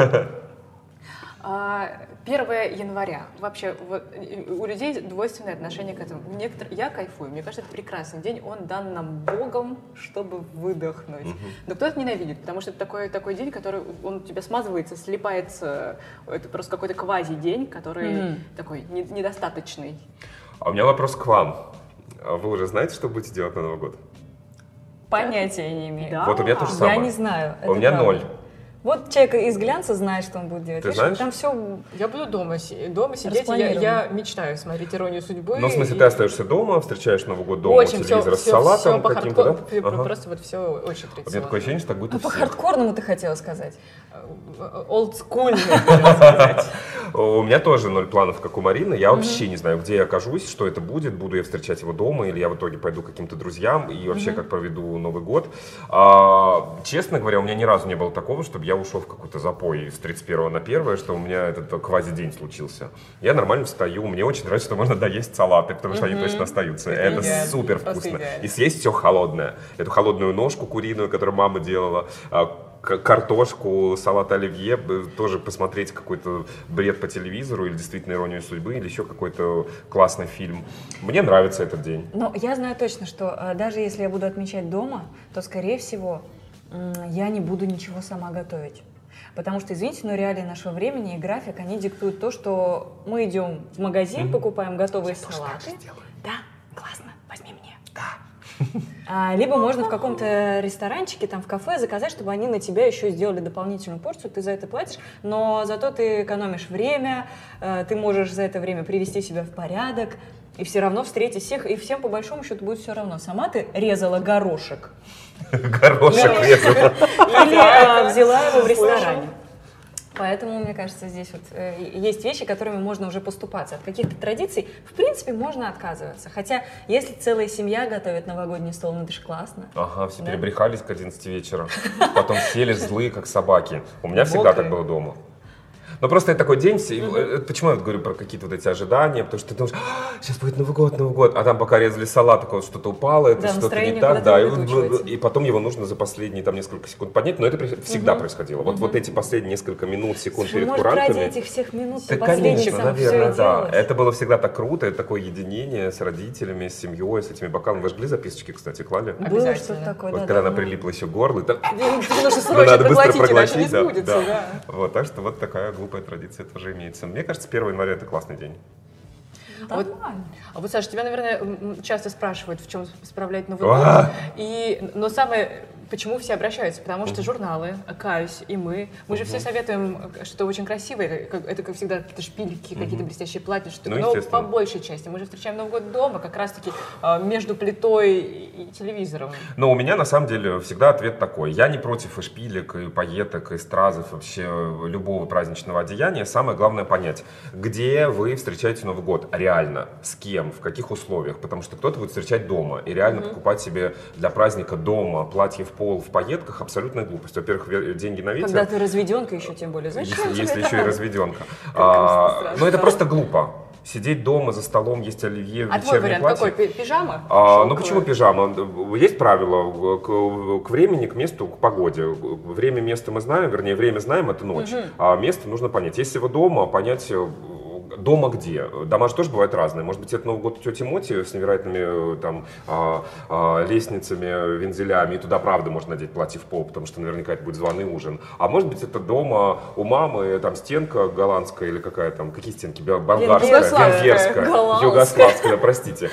1 января. Вообще, вот, у людей двойственное отношение к этому. Я кайфую. Мне кажется, это прекрасный день. Он дан нам Богом, чтобы выдохнуть. Но кто-то ненавидит, потому что это такой день, который он у тебя смазывается, слипается. Это просто какой-то квази-день, который такой недостаточный. А у меня вопрос к вам. Вы уже знаете, что будете делать на Новый год? Понятия не имею. Да? Вот у меня то же самое. Я не знаю. У меня правда. 0. Вот человек из глянца знает, что он будет делать. Ты Видишь, знаешь? там все. Я буду дома сидеть. Я мечтаю смотреть «Иронию судьбы». Ну, в смысле, ты остаешься дома, встречаешь Новый год дома, очень у телевизора с все салатом по каким-то, да? Просто вот все очень традиционно. У меня такое ощущение, что так будет у По всех. хардкорному ты хотела сказать. Олдскульно, хотела сказать. У меня тоже 0 планов, как у Марины. Я вообще не знаю, где я окажусь, что это будет. Буду я встречать его дома, или я в итоге пойду к каким-то друзьям, и вообще как проведу Новый год. Честно говоря, у меня ни разу не было такого, чтобы я ушел в какой-то запой с 31 на 1, что у меня этот квази-день случился. Я нормально встаю, мне очень нравится, что можно доесть салаты, потому что они точно остаются. Это идеально, супер просто вкусно. идеально. И съесть все холодное. Эту холодную ножку куриную, которую мама делала, картошку, салат оливье, тоже посмотреть какой-то бред по телевизору или действительно «Иронию судьбы», или еще какой-то классный фильм. Мне нравится этот день. Но я знаю точно, что даже если я буду отмечать дома, то, скорее всего, я не буду ничего сама готовить. Потому что, извините, но реалии нашего времени и график, они диктуют то, что мы идем в магазин, покупаем готовые салаты. Да, классно, возьми мне. Да. Либо можно в каком-то ресторанчике, там в кафе заказать, чтобы они на тебя еще сделали дополнительную порцию, ты за это платишь, но зато ты экономишь время, ты можешь за это время привести себя в порядок, и все равно встретить всех, и всем по большому счету будет все равно. Сама ты резала горошек. Горошек резала. Или взяла его в ресторане. Поэтому, мне кажется, здесь вот есть вещи, которыми можно уже поступаться. От каких-то традиций, в принципе, можно отказываться. Хотя, если целая семья готовит новогодний стол, ну это же классно. Ага, все Да? перебрехались к 11 вечера, потом сели злые, как собаки. У меня всегда так было дома. Но просто это такой день, почему я говорю про какие-то вот эти ожидания, потому что ты думаешь, сейчас будет Новый год, а там пока резали салат, такое что-то упало, это Да, что-то не настроение так, да, улетучивается. и потом его нужно за последние там несколько секунд поднять, но это всегда происходило. Вот эти последние несколько минут, секунд перед Может, ради курантами. этих всех минут Да, ты последних конечно, сам все наверное, и да. делаешь. Это было всегда так круто, это такое единение с родителями, с семьей, с этими бокалами. Вы жгли записочки, кстати, клали? Было Обязательно. что-то такое, Вот да. когда она давно. прилипла еще к горлу, так Нужно срочно надо быстро проглотить, иначе не проглотить, да, сбудется. да. Да. Вот, так что вот такая глупая традиция тоже имеется. Мне кажется, 1 января это классный день. Нормально. А вот, Саша, тебя, наверное, часто спрашивают, в чем справлять Новый год. Но самое почему все обращаются? Потому что журналы, каюсь, и мы же все советуем что-то очень красивое. Это, как всегда, какие-то шпильки, какие-то блестящие платья, что-то, но по большей части. Мы же встречаем Новый год дома, как раз-таки между плитой и телевизором. Но у меня, на самом деле, всегда ответ такой. Я не против и шпилек, и пайеток, и стразов, вообще любого праздничного одеяния. Самое главное понять, где вы встречаете Новый год реально, с кем, в каких условиях. Потому что кто-то будет встречать дома и реально покупать себе для праздника дома платье в пол в пайетках — абсолютная глупость. Во-первых, деньги на ветер. Когда ты разведенка еще тем более. Зачем если еще и разведенка. Но это просто глупо. Сидеть дома за столом, есть оливье, вечернее платье. А твой вариант какой? Пижама? Ну почему пижама? Есть правило к времени, к месту, к погоде. Время, место мы знаем, вернее, время знаем, это ночь. А место нужно понять. Если вы дома, понять... Дома где? Дома же тоже бывают разные. Может быть, это Новый год у тети Моти с невероятными там, лестницами, вензелями, и туда, правда, можно надеть платье в пол, потому что наверняка это будет званый ужин. А может быть, это дома у мамы, там стенка голландская или какая там, какие стенки? Болгарская, венгерская, югославская, простите.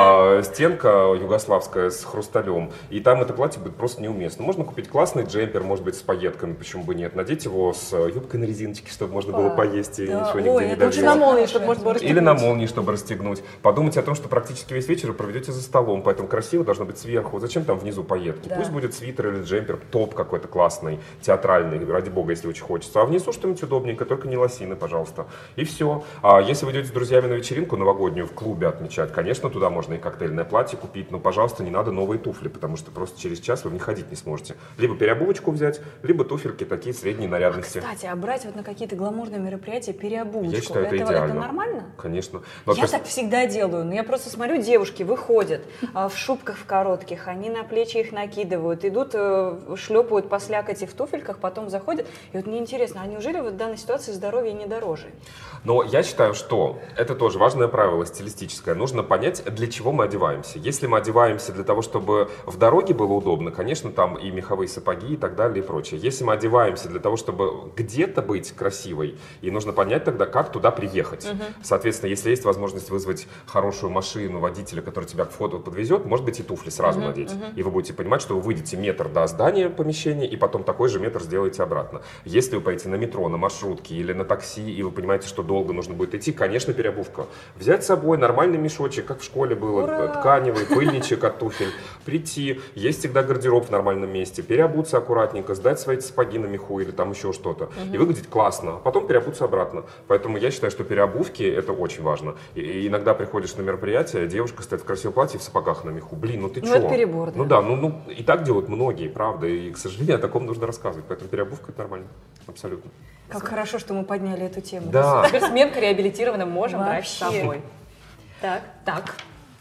Стенка югославская с хрусталем. И там это платье будет просто неуместно. Можно купить классный джемпер, может быть, с пайетками, почему бы нет. Надеть его с юбкой на резиночке, чтобы можно было поесть и ничего нигде не давить. Или на молнии, чтобы расстегнуть. Подумать о том, что практически весь вечер вы проведете за столом, поэтому красиво должно быть сверху. Зачем там внизу пайетки? Пусть будет свитер или джемпер, топ какой-то классный, театральный, ради бога, если очень хочется. А внизу что-нибудь удобненькое, только не лосины, пожалуйста. И все. А если вы идете с друзьями на вечеринку новогоднюю в клубе отмечать, конечно, туда можно и коктейльное платье купить, но, пожалуйста, не надо новые туфли, потому что просто через час вы в них ходить не сможете. Либо переобувочку взять, либо туфельки такие средней нарядности. Кстати, а брать вот на какие-то гламурные мероприятия переобувочку, я считаю, это идеально. Это нормально? Конечно. Я так всегда делаю, но я просто смотрю, девушки выходят в шубках в коротких, они на плечи их накидывают, идут, шлепают по слякоти в туфельках, потом заходят. И вот мне интересно, а неужели вот в данной ситуации здоровье не дороже? Но я считаю, что это тоже важное правило стилистическое. Нужно понять, для чего мы одеваемся. Если мы одеваемся для того, чтобы в дороге было удобно, конечно, там и меховые сапоги и так далее и прочее. Если мы одеваемся для того, чтобы где-то быть красивой, и нужно понять тогда, как туда приехать. Соответственно, если есть возможность вызвать хорошую машину, водителя, который тебя к входу подвезет, может быть, и туфли сразу надеть. И вы будете понимать, что вы выйдете метр до здания помещения, и потом такой же метр сделаете обратно. Если вы поедете на метро, на маршрутке или на такси, и вы понимаете, что долго нужно будет идти, конечно, переобувка. Взять с собой нормальный мешочек, как в школе было, тканевый, пыльничек от туфель, прийти, есть всегда гардероб в нормальном месте, переобуться аккуратненько, сдать свои сапоги на меху или там еще что-то, и выглядеть классно, а потом переобуться обратно. Поэтому я считаю, что переобувки — это очень важно. И иногда приходишь на мероприятие, девушка стоит в красивом платье в сапогах на меху. Блин, ну ты чего? Это перебор, да? Ну да, ну и так делают многие, правда, и, к сожалению, о таком нужно рассказывать. Поэтому переобувка — это нормально, абсолютно. Как хорошо, что мы подняли эту тему. Да. Спортсменка реабилитирована, можем брать с Вообще. собой. Так.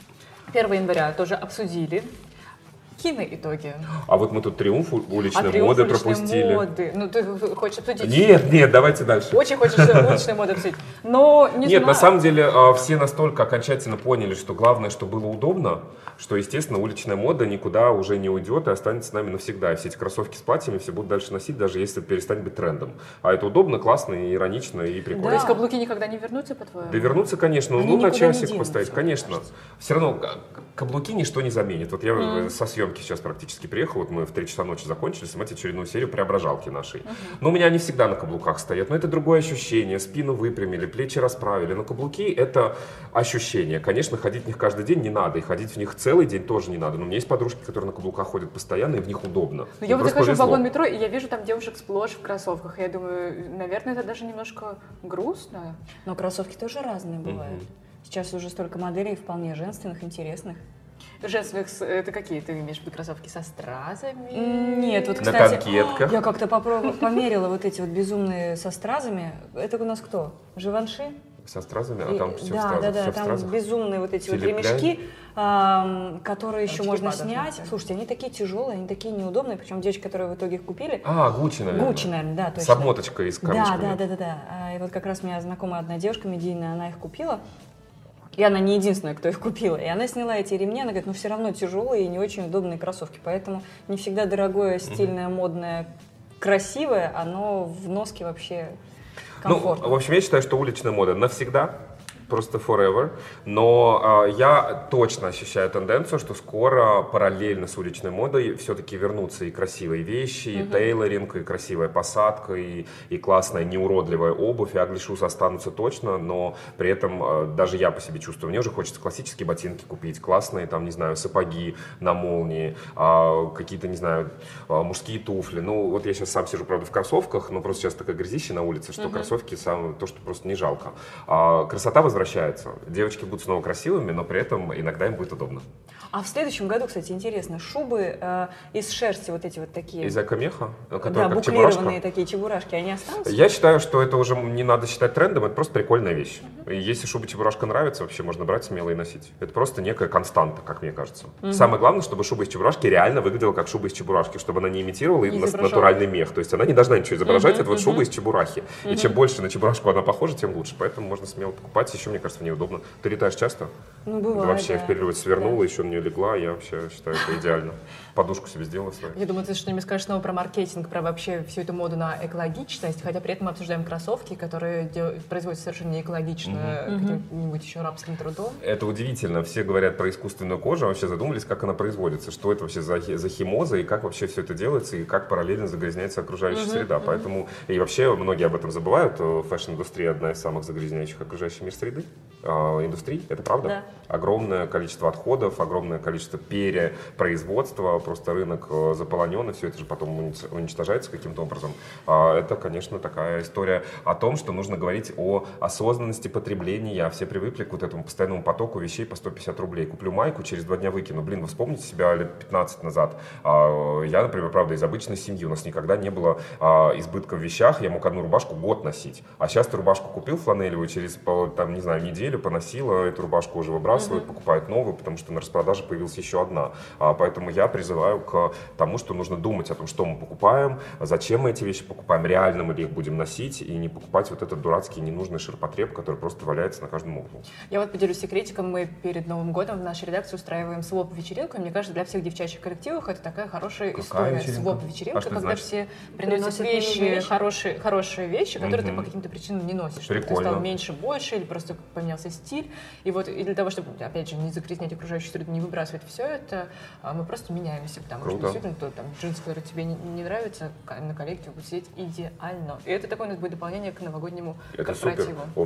1 января тоже обсудили. Киноитоги. А вот мы тут триумф уличной моды пропустили. Моды. Ну, ты хочешь обсудить? Нет, давайте дальше. Очень хочешь уличной моды обсудить. Но не Нет, знаю. на самом деле все настолько окончательно поняли, что главное, что было удобно, что, естественно, уличная мода никуда уже не уйдет и останется с нами навсегда. И все эти кроссовки с платьями все будут дальше носить, даже если это перестанет быть трендом. А это удобно, классно, и иронично, и прикольно. То есть каблуки никогда не вернутся, по-твоему? Да вернуться, конечно. Они на никуда часик не денутся, поставить, конечно. Все равно каблуки ничто не заменит. Вот я со съемки сейчас практически приехал, вот мы в 3 часа ночи закончили снимать очередную серию «Преображалки» нашей. Но у меня они всегда на каблуках стоят, но это другое ощущение. Спину выпрямили, плечи расправили. Но каблуки — это ощущение. Конечно, ходить в них каждый день не надо, и ходить в них целый день тоже не надо. Но у меня есть подружки, которые на каблуках ходят постоянно, и в них удобно. Но я вот захожу в вагон метро, и я вижу там девушек сплошь в кроссовках. Я думаю, наверное, это даже немножко грустно. Но кроссовки тоже разные бывают. Сейчас уже столько моделей вполне женственных, интересных. Женственных, это какие? Ты имеешь в виду кроссовки со стразами? Нет, вот, На кстати, танкетках. я как-то померила вот эти вот безумные со стразами. Это у нас кто? Живанши? Со стразами, а там все в Да, стразах. да, Всё в там стразах. безумные вот эти вот Филипп ремешки, которые еще можно Очки снять. падают. Слушайте, они такие тяжелые, они такие неудобные, причем девочки, которые в итоге их купили. Гуччи, наверное. Гуччи, наверное, да, точно. С обмоточкой и с камешками. Да. И вот как раз у меня знакомая одна девушка медийная, она их купила. И она не единственная, кто их купила. И она сняла эти ремни, она говорит, ну все равно тяжелые и не очень удобные кроссовки. Поэтому не всегда дорогое, стильное, модное, красивое, оно в носке вообще комфортно. Ну, в общем, я считаю, что уличная мода навсегда. просто forever. Но я точно ощущаю тенденцию, что скоро параллельно с уличной модой все-таки вернутся и красивые вещи, и тейлоринг, и красивая посадка, и классная неуродливая обувь, и ugly shoes останутся точно, но при этом даже я по себе чувствую, мне уже хочется классические ботинки купить, классные, там, не знаю, сапоги на молнии, какие-то, не знаю, мужские туфли. Ну, вот я сейчас сам сижу, правда, в кроссовках, но просто сейчас такая грязище на улице, что кроссовки то, что просто не жалко. Красота возвращается. Девочки будут снова красивыми, но при этом иногда им будет удобно. А в следующем году, кстати, интересно, шубы из шерсти вот эти вот такие. Из эко-меха? Да, буклированные такие чебурашки, они останутся? Я считаю, что это уже не надо считать трендом, это просто прикольная вещь. И если шуба-чебурашка нравится, вообще можно брать смело и носить. Это просто некая константа, как мне кажется. Самое главное, чтобы шуба из чебурашки реально выглядела как шуба из чебурашки, чтобы она не имитировала натуральный мех. То есть она не должна ничего изображать, это вот шуба из чебурахи. И чем больше на чебурашку она похожа, тем лучше. Поэтому можно смело покупать. Еще, мне кажется, в ней удобно. Ты летаешь часто? Ну, бывает, да. Вообще, да. в перерыве свернула, еще на нее легла. Я вообще считаю, это идеально. Подушку себе сделала свою. Я думаю, ты что-нибудь скажешь снова про маркетинг, про вообще всю эту моду на экологичность, хотя при этом мы обсуждаем кроссовки, которые производятся совершенно не экологично, каким-нибудь еще рабским трудом. Это удивительно. Все говорят про искусственную кожу, а вообще задумались, как она производится, что это вообще за химоза, и как вообще все это делается, и как параллельно загрязняется окружающая среда. Поэтому, и вообще, многие об этом забывают. Фэшн-индустрия одна из самых загрязняющих окружающий мир среды. Индустрий, это правда? Да. Огромное количество отходов, огромное количество перепроизводства, просто рынок заполонен, и все это же потом уничтожается каким-то образом. Это, конечно, такая история о том, что нужно говорить о осознанности потребления. Все привыкли к вот этому постоянному потоку вещей по 150 рублей. Куплю майку, через 2 дня выкину. Блин, вы вспомните себя лет 15 назад. Я, например, правда, из обычной семьи. У нас никогда не было избытка в вещах. Я мог одну рубашку год носить. А сейчас ты рубашку купил фланелевую, через, там, не знаю, неделю поносила, эту рубашку уже выбрасывают, покупают новую, потому что на распродаже появилась еще одна. Поэтому я призываю к тому, что нужно думать о том, что мы покупаем, зачем мы эти вещи покупаем, реально мы ли их будем носить, и не покупать вот этот дурацкий ненужный ширпотреб, который просто валяется на каждом углу. Я вот поделюсь секретиком. Мы перед Новым годом в нашей редакции устраиваем своп-вечеринку. И мне кажется, для всех девчачьих коллективов это такая хорошая история. Своп-вечеринка, когда значит? все приносят вещи, хорошие вещи, которые ты по каким-то причинам не носишь. Прикольно. Ты стал меньше, больше, или просто поменялся стиль. И вот и для того, чтобы, опять же, не загрязнять окружающую среду, не выбрасывать все это, мы просто меняемся, потому что действительно тот там джинс, который тебе не нравится, на коллекцию будет сидеть идеально. И это такое у нас будет дополнение к новогоднему корпоративу. Супер. У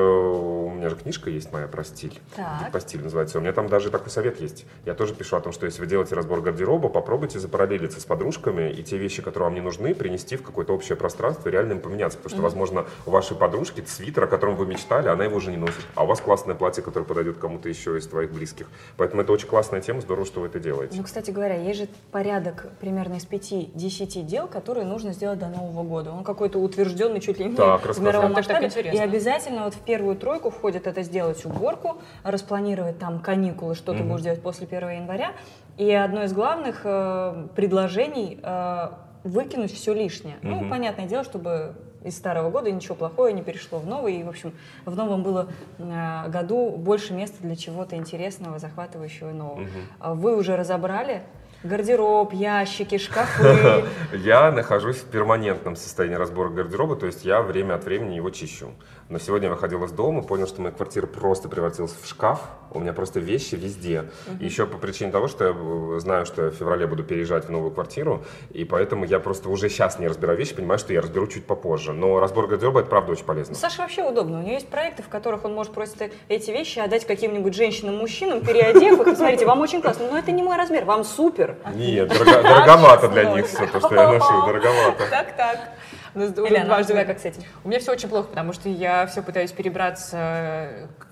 меня же книжка есть моя про стиль. По стилю называется. У меня там даже такой совет есть. Я тоже пишу о том, что если вы делаете разбор гардероба, попробуйте запараллелиться с подружками и те вещи, которые вам не нужны, принести в какое-то общее пространство и реально им поменяться. Потому что, возможно, у вашей подружки свитер, о котором вы мечтали, она его уже не носит. А у вас классное платье, которое подойдет кому-то еще из твоих близких. Поэтому это очень классная тема, здорово, что вы это делаете. Ну, кстати говоря, есть же порядок примерно из 5-10 дел, которые нужно сделать до Нового года. Он какой-то утвержденный чуть ли не в мировом масштабе. И обязательно вот в первую тройку входит это сделать уборку, распланировать там каникулы, что ты будешь делать после 1 января. И одно из главных предложений выкинуть все лишнее. Ну, понятное дело, чтобы из старого года ничего плохого не перешло в новый. И, в общем, в новом было году больше места для чего-то интересного, захватывающего и нового. Вы уже разобрали гардероб, ящики, шкафы? Я нахожусь в перманентном состоянии разбора гардероба, то есть я время от времени его чищу. Но сегодня я выходил из дома, понял, что моя квартира просто превратилась в шкаф, у меня просто вещи везде. Еще по причине того, что я знаю, что я в феврале буду переезжать в новую квартиру, и поэтому я просто уже сейчас не разбираю вещи, понимаю, что я разберу чуть попозже. Но разбор гардероба — это правда очень полезно. Саша вообще удобно. У нее есть проекты, в которых он может просто эти вещи отдать каким-нибудь женщинам-мужчинам, переодев их. Смотрите, вам очень классно. Но это не мой размер, вам супер. Нет, дороговато для них все то, что я ношу, дороговато. Так. Ильяна, у тебя как с этим? У меня все очень плохо, потому что я все пытаюсь перебраться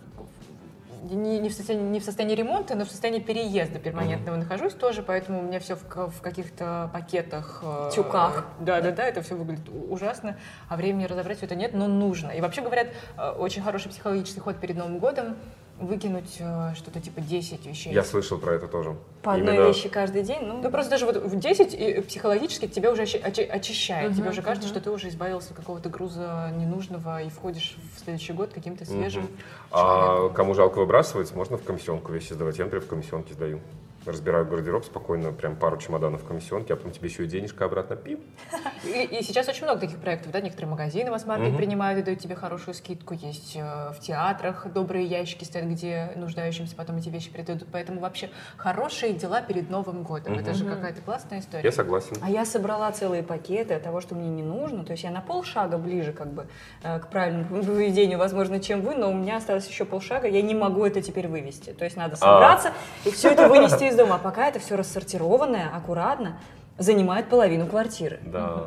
не в состоянии ремонта, но в состоянии переезда перманентного нахожусь тоже, поэтому у меня все в каких-то пакетах. Тюках. Да, это все выглядит ужасно, а времени разобрать все это нет, но нужно. И вообще говорят, очень хороший психологический ход перед Новым годом — выкинуть что-то типа 10 вещей. Я слышал про это тоже. По одной вещи каждый день? Ну, просто даже вот в 10 и психологически тебя уже очищает. Тебе уже кажется, что ты уже избавился от какого-то груза ненужного и входишь в следующий год каким-то свежим человеком. А кому жалко выбрасывать, можно в комиссионку вещи сдавать. Я, например, в комиссионке сдаю. разбирают гардероб спокойно, прям пару чемоданов комиссионки, а потом тебе еще и денежка обратно пип. И сейчас очень много таких проектов, да, некоторые магазины масс-маркет принимают и дают тебе хорошую скидку, есть в театрах добрые ящики стоят, где нуждающимся потом эти вещи передадут, поэтому вообще хорошие дела перед Новым годом, это же какая-то классная история. Я согласен. А я собрала целые пакеты того, что мне не нужно, то есть я на полшага ближе как бы к правильному поведению, возможно, чем вы, но у меня осталось еще полшага, я не могу это теперь вывести, то есть надо собраться и все это вынести из дома, а пока это все рассортированное, аккуратно, занимает половину квартиры. Да.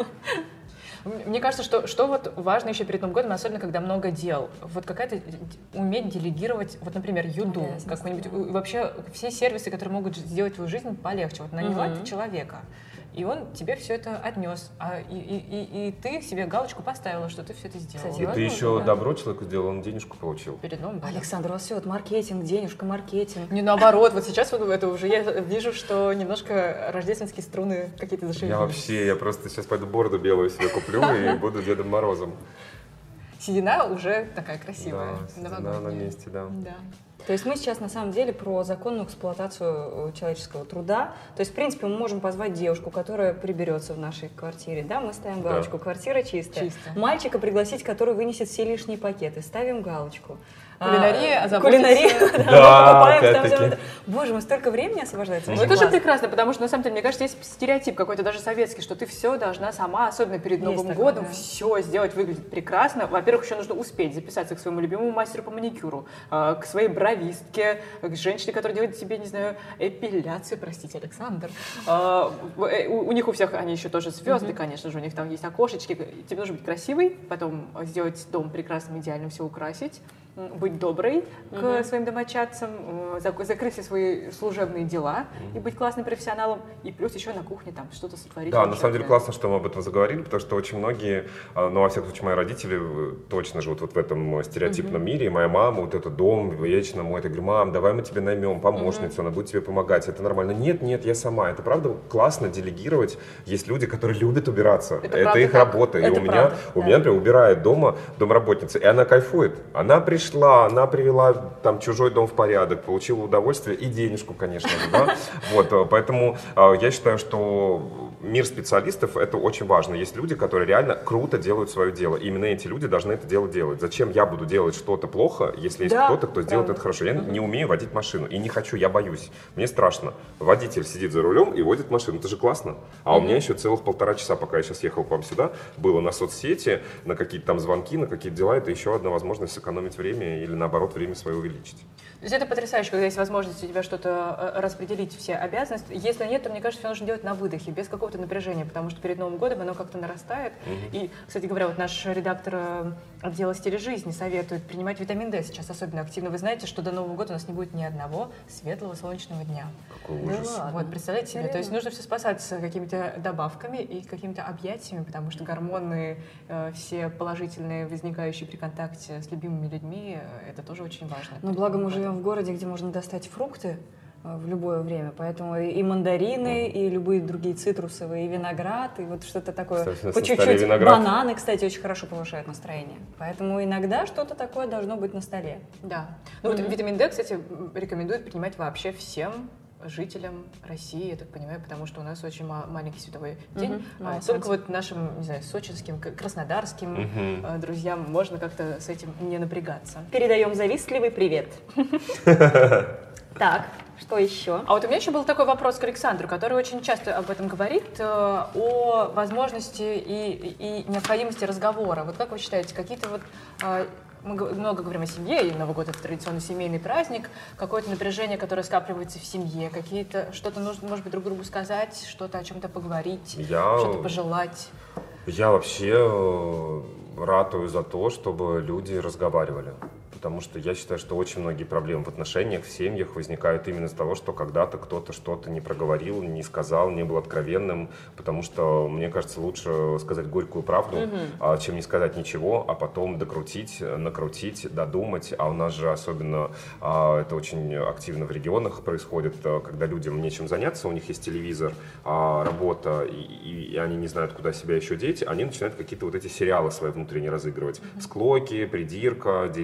Мне кажется, что вот важно еще перед Новым годом, особенно когда много дел, вот какая-то уметь делегировать, вот, например, еду, какой-нибудь, вообще все сервисы, которые могут сделать твою жизнь полегче, вот нанимать человека. И он тебе все это отнес, и ты себе галочку поставила, что ты все это сделала. Кстати, и ты еще добро человеку сделал, он денежку получил. Перед Новым годом. Александр, у вас все, вот маркетинг, денежка, маркетинг. Не наоборот, вот сейчас вот это уже я вижу, что немножко рождественские струны какие-то зашевелились. Я просто сейчас пойду бороду белую себе куплю и буду Дедом Морозом. Седина уже такая красивая. Да, седина на месте, да. То есть мы сейчас на самом деле про законную эксплуатацию человеческого труда. То есть, в принципе, мы можем позвать девушку, которая приберется в нашей квартире. Да, мы ставим галочку, квартира чистая. Мальчика пригласить, который вынесет все лишние пакеты. Ставим галочку. Кулинария, да, опять-таки. Боже мой, столько времени освобождается. Ну это же прекрасно, потому что, на самом деле, мне кажется, есть стереотип какой-то даже советский, что ты все должна сама, особенно перед Новым годом, все сделать, выглядит прекрасно. Во-первых, еще нужно успеть записаться к своему любимому мастеру по маникюру, к своей бровистке, к женщине, которая делает тебе, не знаю, эпиляцию, простите, Александр. У них у всех, они еще тоже звезды, конечно же, у них там есть окошечки. Тебе нужно быть красивой, потом сделать дом прекрасным, идеальным, все украсить, быть доброй к своим домочадцам, закрыть все свои служебные дела и быть классным профессионалом, и плюс еще на кухне там что-то сотворить. Да, на самом деле классно, что мы об этом заговорили, потому что очень многие, ну, во всяком случае, мои родители точно живут вот в этом стереотипном мире, и моя мама, вот этот дом вечно мой, я говорю, мам, давай мы тебе наймем помощницу, она будет тебе помогать, это нормально. Нет, я сама. Это правда классно делегировать. Есть люди, которые любят убираться. Это их работа. И у меня, например, убирает дома домработница, и она кайфует. Она пришла, она привела там чужой дом в порядок, получила удовольствие и денежку, конечно же, да? Вот, поэтому я считаю, что мир специалистов — это очень важно. Есть люди, которые реально круто делают свое дело. И именно эти люди должны это дело делать. Зачем я буду делать что-то плохо, если есть кто-то, кто сделает это хорошо? Я не умею водить машину и не хочу, я боюсь. Мне страшно. Водитель сидит за рулем и водит машину. Это же классно. А у меня еще целых 1,5 часа, пока я сейчас ехал к вам сюда, было на соцсети, на какие-то там звонки, на какие-то дела. Это еще одна возможность сэкономить время или наоборот время свое увеличить. То есть это потрясающе, когда есть возможность у тебя что-то распределить, все обязанности. Если нет, то, мне кажется, все нужно делать на выдохе, без какого-то напряжения, потому что перед Новым годом оно как-то нарастает. И, кстати говоря, вот наш редактор отдела стиля жизни советует принимать витамин D сейчас особенно активно. Вы знаете, что до Нового года у нас не будет ни одного светлого солнечного дня. Какой ужас. Да, вот, представляете себе? То есть нужно все спасаться какими-то добавками и какими-то объятиями, потому что гормоны все положительные, возникающие при контакте с любимыми людьми, это тоже очень важно. Но благо мы живем в городе, где можно достать фрукты в любое время, поэтому и мандарины, и любые другие цитрусовые, и виноград, и вот что-то такое, кстати, по чуть-чуть. Бананы, кстати, очень хорошо повышают настроение, поэтому иногда что-то такое должно быть на столе. Да. Ну вот витамин D, кстати, рекомендуют принимать вообще всем жителям России, я так понимаю, потому что у нас очень маленький световой день. Только вот нашим, не знаю, сочинским, краснодарским друзьям можно как-то с этим не напрягаться. Передаем завистливый привет. Так, что еще? А вот у меня еще был такой вопрос к Александру, который очень часто об этом говорит, о возможности и необходимости разговора. Вот как вы считаете, какие-то вот... Мы много говорим о семье, и Новый год — это традиционный семейный праздник, какое-то напряжение, которое скапливается в семье, что-то нужно, может быть, друг другу сказать, что-то о чем-то поговорить, что-то пожелать. Я вообще ратую за то, чтобы люди разговаривали. Потому что я считаю, что очень многие проблемы в отношениях, в семьях возникают именно из-за того, что когда-то кто-то что-то не проговорил, не сказал, не был откровенным. Потому что, мне кажется, лучше сказать горькую правду, чем не сказать ничего, а потом докрутить, накрутить, додумать. А у нас же особенно это очень активно в регионах происходит, когда людям нечем заняться, у них есть телевизор, работа, и они не знают, куда себя еще деть, они начинают какие-то вот эти сериалы свои внутренние разыгрывать. Склоки, придирка, делить что-то.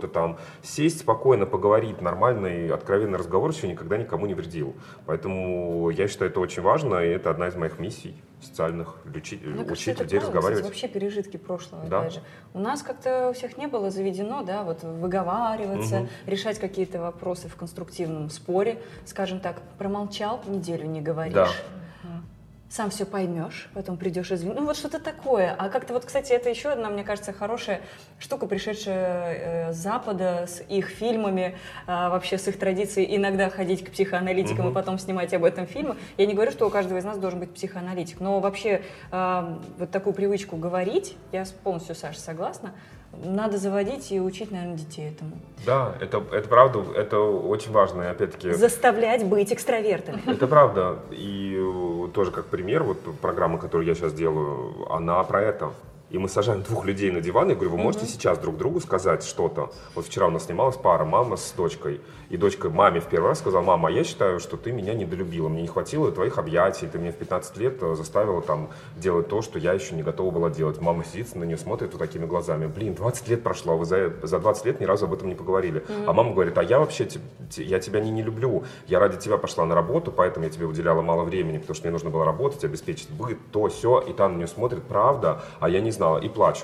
что-то там. Сесть спокойно, поговорить, нормальный, откровенный разговор еще никогда никому не вредил. Поэтому я считаю, это очень важно, и это одна из моих миссий социальных, учить людей разговаривать. Вообще пережитки прошлого, да. опять же. У нас как-то у всех не было заведено, да, вот выговариваться, решать какие-то вопросы в конструктивном споре, скажем так, промолчал, неделю не говоришь. Да. Сам все поймешь, потом придешь извиниться. Ну вот что-то такое. А как-то вот, кстати, это еще одна, мне кажется, хорошая штука, пришедшая с Запада, с их фильмами, вообще с их традицией иногда ходить к психоаналитикам и потом снимать об этом фильмы. Я не говорю, что у каждого из нас должен быть психоаналитик, но вообще вот такую привычку говорить, я полностью, Саша, согласна, надо заводить и учить, наверное, детей этому. Да, это правда, это очень важно, и опять-таки... Заставлять быть экстравертами. Это правда, и тоже как пример, вот программа, которую я сейчас делаю, она про это. И мы сажаем двух людей на диван, и говорю, вы можете сейчас друг другу сказать что-то. Вот вчера у нас снималась пара, мама с дочкой. И дочка маме в первый раз сказала: мама, я считаю, что ты меня недолюбила, мне не хватило твоих объятий, ты меня в 15 лет заставила там делать то, что я еще не готова была делать. Мама сидит на нее, смотрит вот такими глазами. Блин, 20 лет прошло, вы за 20 лет ни разу об этом не поговорили. А мама говорит: а я вообще, я тебя не люблю, я ради тебя пошла на работу, поэтому я тебе уделяла мало времени, потому что мне нужно было работать, обеспечить быт, то, сё. И та на нее смотрит, правда, а я не знала, и плачут.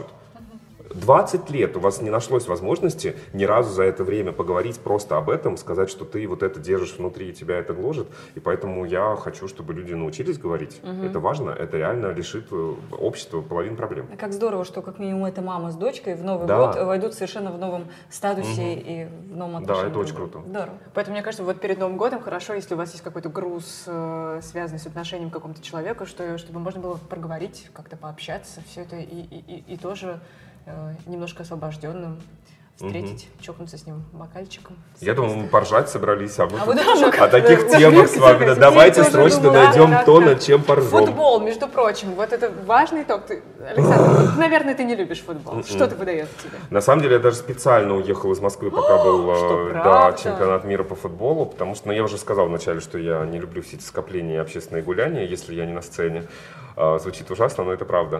20 лет у вас не нашлось возможности ни разу за это время поговорить просто об этом, сказать, что ты вот это держишь внутри и тебя это гложет. И поэтому я хочу, чтобы люди научились говорить. Это важно, это реально решит общество половину проблем. Как здорово, что как минимум эта мама с дочкой в Новый год войдут совершенно в новом статусе и в новом отношении. Да, это очень круто. Здорово. Поэтому, мне кажется, вот перед Новым годом хорошо, если у вас есть какой-то груз, связанный с отношением к какому-то человеку, чтобы можно было проговорить, как-то пообщаться, все это и тоже немножко освобожденным встретить, чокнуться с ним бокальчиком. Я думаю, мы поржать собрались, а мы вы о таких темах с вами. Давайте срочно найдем то, над чем поржем. Футбол, между прочим, вот это важный итог. Александр, наверное, ты не любишь футбол. Что это выдает тебе? На самом деле, я даже специально уехал из Москвы, пока был чемпионат мира по футболу, потому что, я уже сказал вначале, что я не люблю все эти скопления и общественные гуляния, если я не на сцене. Звучит ужасно, но это правда.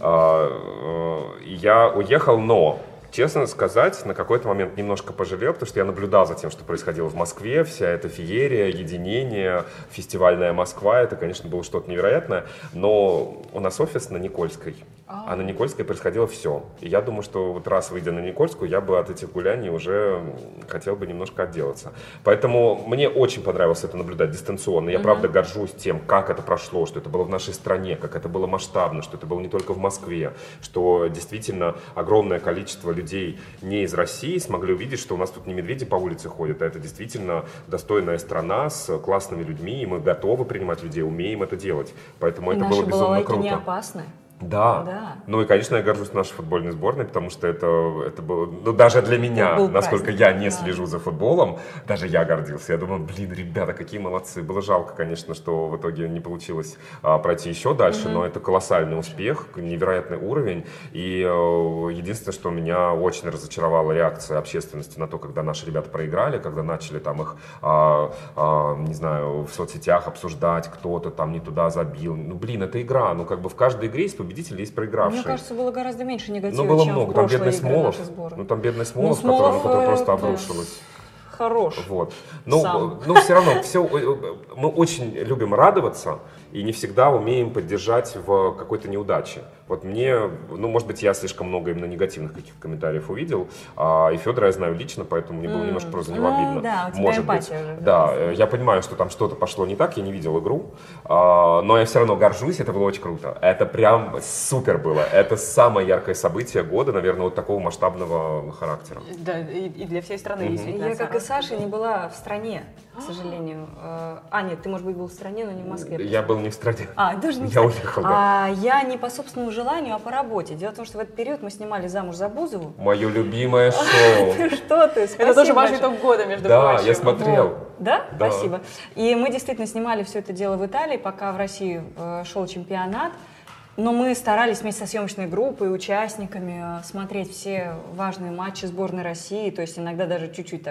Я уехал, но... Честно сказать, на какой-то момент немножко пожалел, потому что я наблюдал за тем, что происходило в Москве, вся эта феерия, единение, фестивальная Москва, это, конечно, было что-то невероятное, но у нас офис на Никольской, а на Никольской происходило все. И я думаю, что вот раз выйдя на Никольскую, я бы от этих гуляний уже хотел бы немножко отделаться. Поэтому мне очень понравилось это наблюдать дистанционно. Я, правда, горжусь тем, как это прошло, что это было в нашей стране, как это было масштабно, что это было не только в Москве, что действительно огромное количество людей не из России смогли увидеть, что у нас тут не медведи по улице ходят, а это действительно достойная страна с классными людьми, и мы готовы принимать людей, умеем это делать. Поэтому это было безумно круто. Не опасны. Да. Ну и, конечно, я горжусь нашей футбольной сборной, потому что это было, даже для меня, насколько я не слежу за футболом, даже я гордился. Я думаю, блин, ребята, какие молодцы. Было жалко, конечно, что в итоге не получилось пройти еще дальше, но это колоссальный успех, невероятный уровень. И единственное, что меня очень разочаровала реакция общественности на то, когда наши ребята проиграли, когда начали там их, не знаю, в соцсетях обсуждать, кто-то там не туда забил. Ну, блин, это игра. Ну, как бы в каждой игре есть победитель, есть проигравший. Мне кажется, было гораздо меньше негатива, было чем много. в прошлые там бедный Смолов. игры. Ну, там бедный Смолов, который просто обрушилась. Хорош. Вот. Но все равно, мы очень любим радоваться и не всегда умеем поддержать в какой-то неудаче. Вот мне, может быть, я слишком много именно негативных каких-то комментариев увидел, и Федора я знаю лично, поэтому мне было немножко просто за него обидно. Да, у тебя может эмпатия быть. уже. Да, я понимаю, что там что-то пошло не так, я не видел игру, но я все равно горжусь, это было очень круто. Это прям супер было. Это самое яркое событие года, наверное, вот такого масштабного характера. Да, и для всей страны, действительно. Я, как и Саша, не была в стране, к сожалению. Нет, ты, может быть, был в стране, но не в Москве. Я был не в стране. Даже не в Я стране. уехал, да. Я не по собственному желанию, а по работе. Дело в том, что в этот период мы снимали «Замуж за Бузову». Мое любимое шоу. Что ты? Спасибо. Это тоже важный итог года, между прочим. Да, я смотрел. Да? Спасибо. И мы действительно снимали все это дело в Италии, пока в России шел чемпионат. Но мы старались вместе со съемочной группой, участниками смотреть все важные матчи сборной России. То есть иногда даже чуть-чуть так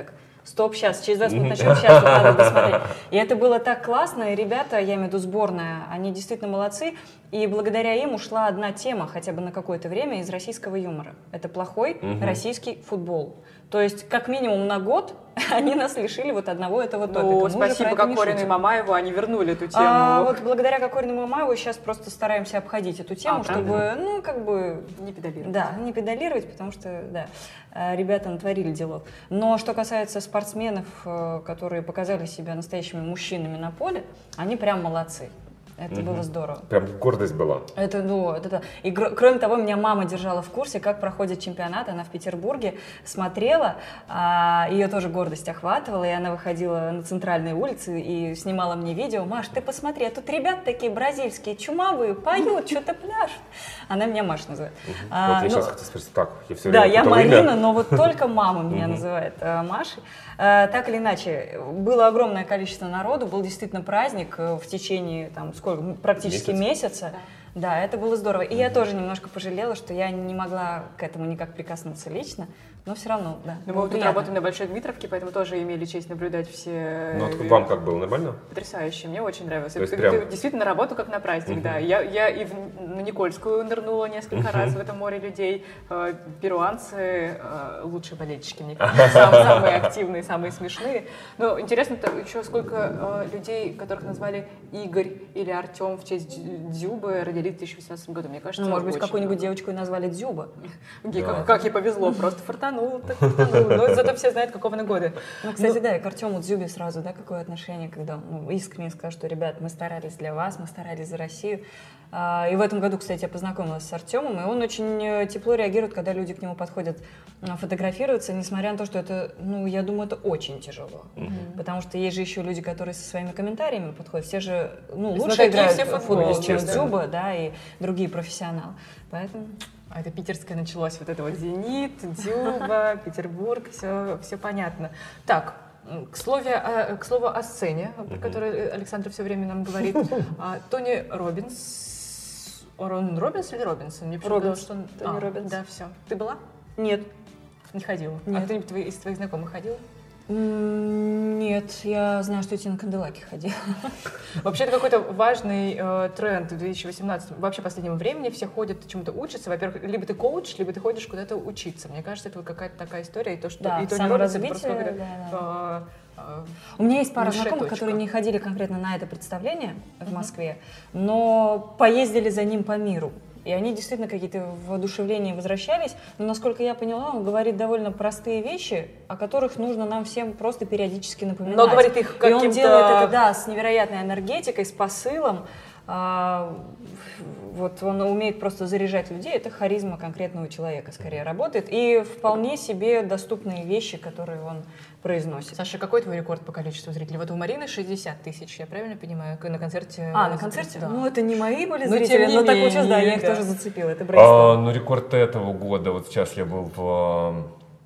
стоп, сейчас, через 20 минут начнем, сейчас вот надо досмотреть. И это было так классно, и ребята, я имею в виду сборная, они действительно молодцы, и благодаря им ушла одна тема, хотя бы на какое-то время, из российского юмора. Это плохой российский футбол. То есть, как минимум на год они нас лишили вот одного этого топика. Ну, спасибо Кокорину и Мамаеву, они вернули эту тему. Вот благодаря Кокорину и Мамаеву сейчас просто стараемся обходить эту тему, чтобы, ну, как бы... Не педалировать. Да, не педалировать, потому что, да, ребята натворили делов. Но что касается спортсменов, которые показали себя настоящими мужчинами на поле, они прям молодцы. Это было здорово. Прям гордость была. Это, ну, это. И кроме того, меня мама держала в курсе, как проходит чемпионат. Она в Петербурге смотрела, ее тоже гордость охватывала, и она выходила на центральные улицы и снимала мне видео. Маш, ты посмотри, а тут ребята такие бразильские, чумавые, поют, что-то пляшут. Она меня Маш называет. Вот я сейчас хотел спросить, так, я все время Да, я Марина, имя. но вот только мама меня называет Машей. Так или иначе, было огромное количество народу, был действительно праздник в течение там, сколько, практически месяца. Да, это было здорово. И я тоже немножко пожалела, что я не могла к этому никак прикоснуться лично, но все равно, да. Но мы тут работаем на Большой Дмитровке, поэтому тоже имели честь наблюдать все... Ну, вам как было, нормально? Потрясающе, мне очень нравилось. Ты прям... действительно работу как на праздник, да. Я и на Никольскую нырнула несколько раз в этом море людей. Перуанцы лучшие болельщики, мне кажется, самые активные, самые смешные. Но интересно еще, сколько людей, которых назвали Игорь или Артем в честь Дзюбы, родились в 2018 году. Мне кажется, ну, может быть, какую-нибудь девочку и назвали Дзюба. Как ей повезло, просто фортанул. Но зато все знают, какого она года. Ну, кстати, да, и к Артему Дзюбе сразу, да, какое отношение, когда он искренне сказал, что, ребят, мы старались для вас, мы старались за Россию. И в этом году, кстати, я познакомилась с Артемом, и он очень тепло реагирует, когда люди к нему подходят фотографироваться, несмотря на то, что это, ну, я думаю, это очень тяжело. Потому что есть же еще люди, которые со своими комментариями подходят. Все же, ну, лучше играют в футбол, чем Дзюба, да, и другие профессионалы. Поэтому... А это питерское началось, вот это вот «Зенит», «Дзюба», Петербург, все понятно. Так, к слову о сцене, про которую Александр все время нам говорит. Тони Роббинс. Он Роббинс или Робинсон? Мне Роббинс. Что он... Тони Роббинс. Да, все. Ты была? Нет. Не ходила? Нет. А кто-нибудь из твоих знакомых ходил? Нет, я знаю, что Тина Канделаки ходила. Вообще, это какой-то важный тренд в 2018, вообще последнего времени. Все ходят, чему-то учатся. Во-первых, либо ты коуч, либо ты ходишь куда-то учиться. Мне кажется, это вот какая-то такая история. И то, что да, и Тони Роббинс, это просто какая-то... У меня есть пара знакомых, которые не ходили конкретно на это представление в Москве, но поездили за ним по миру. И они действительно какие-то воодушевления возвращались. Но, насколько я поняла, он говорит довольно простые вещи, о которых нужно нам всем просто периодически напоминать. Но говорит их каким-то... И он делает это, да, с невероятной энергетикой, с посылом. Вот он умеет просто заряжать людей. Это харизма конкретного человека скорее работает. И вполне себе доступные вещи, которые он произносит. Саша, какой твой рекорд по количеству зрителей? Вот у Марины 60 тысяч, я правильно понимаю, на концерте? На концерте? Да. Ну, это не мои были Но зрители, но так получилось, да, я их тоже зацепила. Это Брейстон. Ну, рекорд этого года, вот сейчас я был в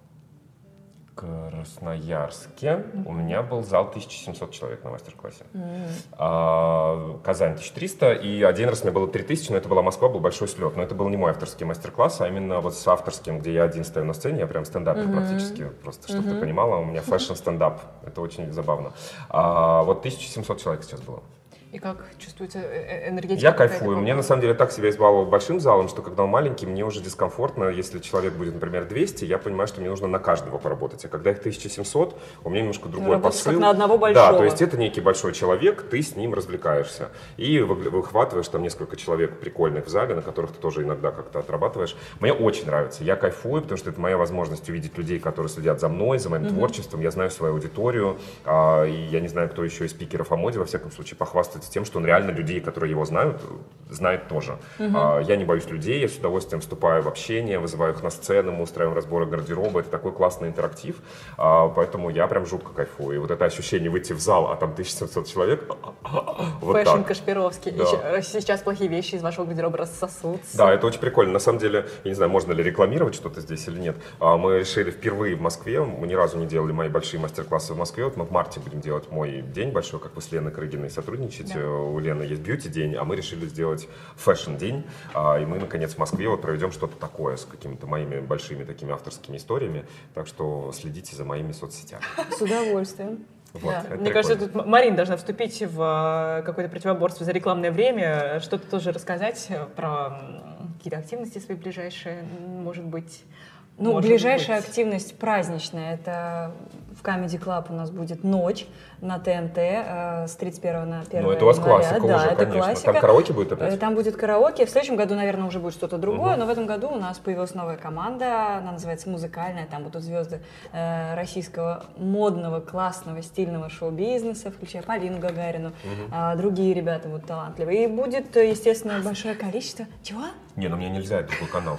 Красноярске, у меня был зал 1700 человек на мастер-классе. Казань 1300, и один раз у меня было 3000, но это была Москва, был большой слет. Но это был не мой авторский мастер-класс, а именно вот с авторским, где я один стою на сцене, я прям стендапер практически, просто чтобы ты понимала, у меня фэшн-стендап, это очень забавно. Вот 1700 человек сейчас было. И как чувствуется энергетика? Я кайфую. Мне на самом деле так себя избаловал большим залом, что когда он маленький, мне уже дискомфортно. Если человек будет, например, 200, я понимаю, что мне нужно на каждого поработать. А когда их 1700, у меня немножко другой посыл. Как на одного большого. Да, то есть это некий большой человек, ты с ним развлекаешься. И выхватываешь там несколько человек прикольных в зале, на которых ты тоже иногда как-то отрабатываешь. Мне очень нравится. Я кайфую, потому что это моя возможность увидеть людей, которые следят за мной, за моим творчеством. Я знаю свою аудиторию. И я не знаю, кто еще из спикеров о моде, во всяком случае, похвастается тем, что он реально людей, которые его знают, знает тоже. Я не боюсь людей, я с удовольствием вступаю в общение, вызываю их на сцену, мы устраиваем разборы гардероба, это такой классный интерактив, поэтому я прям жутко кайфую. И вот это ощущение выйти в зал, а там 1700 человек, вот Фэшн так. Кашпировский. Да. Сейчас плохие вещи из вашего гардероба рассосутся. Да, это очень прикольно. На самом деле, я не знаю, можно ли рекламировать что-то здесь или нет. Мы решили впервые в Москве, мы ни разу не делали мои большие мастер-классы в Москве, вот мы в марте будем делать мой день большой, как вы с Леной Крыгиной сотрудничаете. есть у Лены есть бьюти-день, а мы решили сделать фэшн-день. И мы, наконец, в Москве вот проведем что-то такое с какими-то моими большими такими авторскими историями. Так что следите за моими соцсетями. С удовольствием. Вот, Да. Мне кажется, тут Марина должна вступить в какое-то противоборство за рекламное время, что-то тоже рассказать про какие-то активности свои ближайшие, может быть. Ну, ближайшая активность праздничная. Это в Comedy Club у нас будет ночь на ТНТ с 31 на 1 января. Ну, это у вас классика да, уже, это конечно. классика. Там караоке будет опять? Там будет караоке. В следующем году, наверное, уже будет что-то другое, но в этом году у нас появилась новая команда. Она называется «Музыкальная». Там будут звезды российского модного, классного, стильного шоу-бизнеса, включая Полину Гагарину. Другие ребята будут талантливые. И будет, естественно, большое количество... Чего? Не, ну мне нельзя, это такой канал.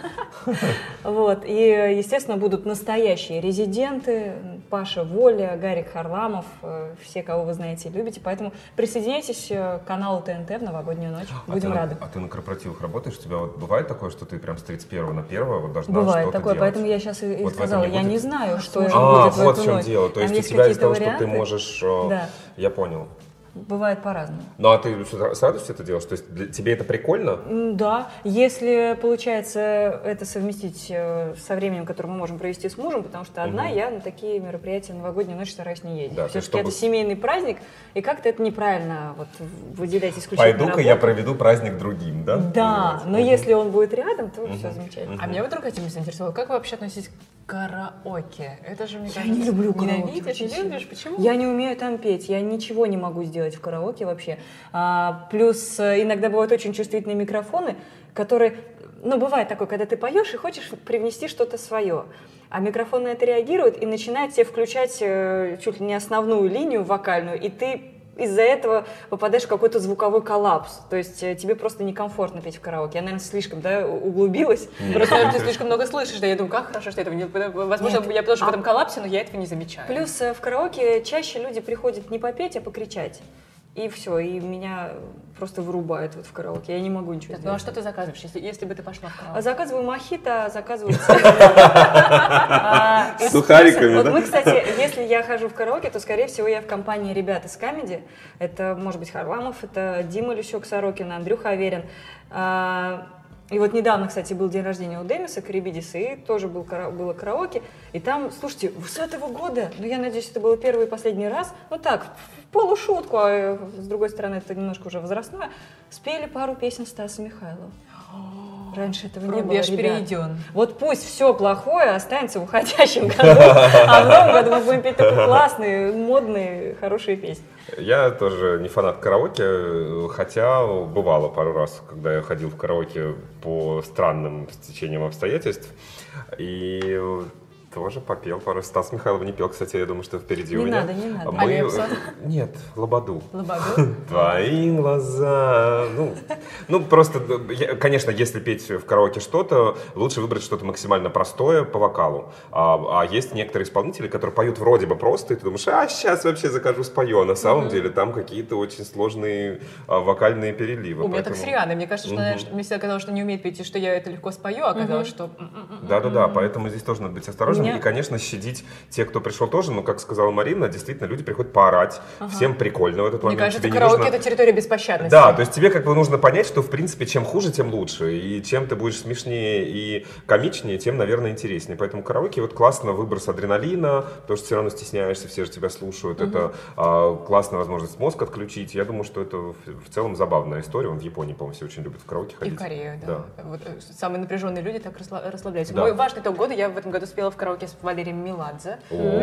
Вот. И, естественно, будут настоящие резиденты. Паша Воля, Гарик Харламов, все, кого вы знаете и любите. Поэтому присоединяйтесь к каналу ТНТ в новогоднюю ночь. Будем рады. А ты на корпоративах работаешь? У тебя вот бывает такое, что ты прям с 31 на 1 вот должна Бывает что-то такое, делать? поэтому я сейчас и Вот сказала, я будет? не знаю, что будет в вот эту в чем ночь. дело. То Там есть у тебя из-за того, что варианты. ты можешь... Да. Я понял. Бывает по-разному. Ну, а ты с радостью это делаешь? То есть тебе это прикольно? Да, если получается это совместить со временем, которое мы можем провести с мужем, потому что одна я на такие мероприятия новогоднюю ночь стараюсь не ездить. Да, все-таки это семейный праздник, и как-то это неправильно вот, выделять исключительно Пойду-ка работу. я проведу праздник другим, да? Да, но если он будет рядом, то все замечательно. А меня вот другая тема заинтересовала. Как вы вообще относитесь к караоке? Это же, мне Я кажется, не люблю караоке. ненавидишь, не любишь? Почему? Я не умею там петь, я ничего не могу сделать в караоке вообще. Плюс иногда бывают очень чувствительные микрофоны, которые, ну, бывает такое, когда ты поешь и хочешь привнести что-то свое, а микрофон на это реагирует и начинает тебе включать чуть ли не основную линию вокальную, и ты из-за этого попадаешь в какой-то звуковой коллапс. То есть тебе просто некомфортно петь в караоке. Я, наверное, слишком, углубилась. Просто, наверное, ты слишком много слышишь, да, я думаю, как хорошо, что этого не... Возможно, я тоже в этом коллапсе, но я этого не замечаю. Плюс в караоке чаще люди приходят не попеть, а покричать. И все, и меня просто вырубает вот в караоке. Я не могу ничего Ну а сделать. что ты заказываешь, если бы ты пошла в караоке? Заказываю мохито, заказываю... С сухариками, Вот да? мы, кстати, если я хожу в караоке, то, скорее всего, я в компании ребят из Comedy. Это, может быть, Харламов, это Дима Лещук-Сорокин, Андрюха Аверин. И вот недавно, кстати, был день рождения у Демиса Карибидиса, и тоже было караоке. И там, слушайте, с этого года, ну, я надеюсь, это было первый и последний раз, ну так, в полушутку, а с другой стороны, это немножко уже возрастное, спели пару песен Стаса Михайлова. Раньше этого не было, Рубеж ребят. перейден. Вот пусть все плохое останется в уходящем году, а в новом году мы будем петь только классные, модные, хорошие песни. Я тоже не фанат караоке, хотя бывало пару раз, когда я ходил в караоке по странным стечениям обстоятельств. И тоже попел пару. Стас Михайлов не пел, кстати, я думаю, что впереди у меня. Не надо. А Лепса? Нет, Лободу. Лободу? Твои глаза. Ну, просто, конечно, если петь в караоке что-то, лучше выбрать что-то максимально простое по вокалу. А есть некоторые исполнители, которые поют вроде бы просто, и ты думаешь, сейчас вообще закажу, спою. А на самом деле там какие-то очень сложные вокальные переливы. У меня так с Рианой. Мне кажется, что она, мне всегда казалось, что не умеет петь, и что я это легко спою, а оказалось, что... Да, поэтому здесь тоже надо быть осторожным. И, конечно, щадить тех, кто пришел тоже, но, как сказала Марина, действительно, люди приходят поорать, всем прикольно в этот Мне момент. кажется, Тебе не караоке нужно- это территория беспощадности. Да, то есть тебе как бы нужно понять, что, в принципе, чем хуже, тем лучше. И чем ты будешь смешнее и комичнее, тем, наверное, интереснее. Поэтому караоке вот классно выброс адреналина, потому что все равно стесняешься, все же тебя слушают. Это классная возможность мозг отключить. Я думаю, что это в целом забавная история. Вон в Японии, по-моему, все очень любят в караоке И ходить. в Корее, да. Вот, самые напряженные люди так расслабляются. Да. Мой важный итог года, я в этом году спела в караоке с Валерием Меладзе.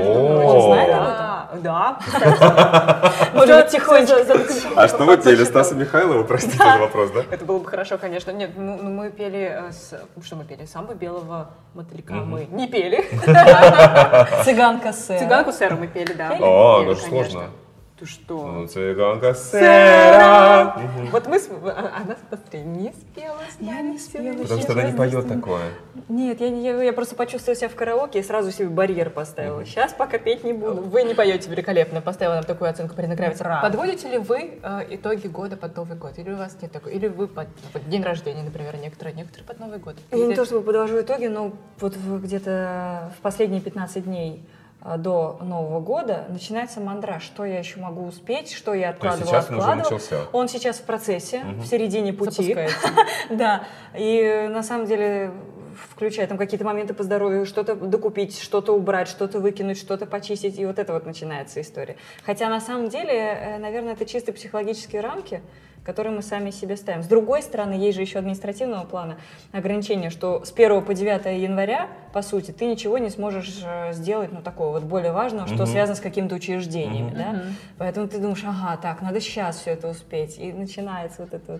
О, Да. Может быть, тихонечко. а что вы пели? Стаса Михайлова? Простите за вопрос, да? Это было бы хорошо, конечно. Нет, ну мы пели... Что мы пели? Самбо белого мотылька мы не пели. Цыганка сэр. Цыганку сэру мы пели, да. О, Пели, ну же конечно. сложно. Ты что? Ну, цыганка сэра. Вот мы... Она, смотри, не спела с Я нами не всю спела. ночь. Потому что она не поет такое. Нет, я просто почувствовала себя в караоке и сразу себе барьер поставила. Сейчас пока петь не буду. Вы не поете великолепно, поставила нам такую оценку Марина Кравец. Правда. Подводите ли вы итоги года под Новый год? Или у вас нет такой? Или вы под день рождения, например, некоторые под Новый год? Я не то чтобы подвожу итоги, но вот где-то в последние 15 дней до Нового года начинается мандраж. Что я еще могу успеть, что я откладывала, сейчас он уже начался? Он сейчас в процессе, в середине пути. Запускается. Да, и на самом деле, включая там какие-то моменты по здоровью, что-то докупить, что-то убрать, что-то выкинуть, что-то почистить, и вот это вот начинается история. Хотя на самом деле, наверное, это чисто психологические рамки, которые мы сами себе ставим. С другой стороны, есть же еще административного плана ограничения, что с 1 по 9 января, по сути, ты ничего не сможешь сделать, ну, такого вот более важного, что связано с какими-то учреждениями, да? Поэтому ты думаешь, ага, так, надо сейчас все это успеть, и начинается вот это вот.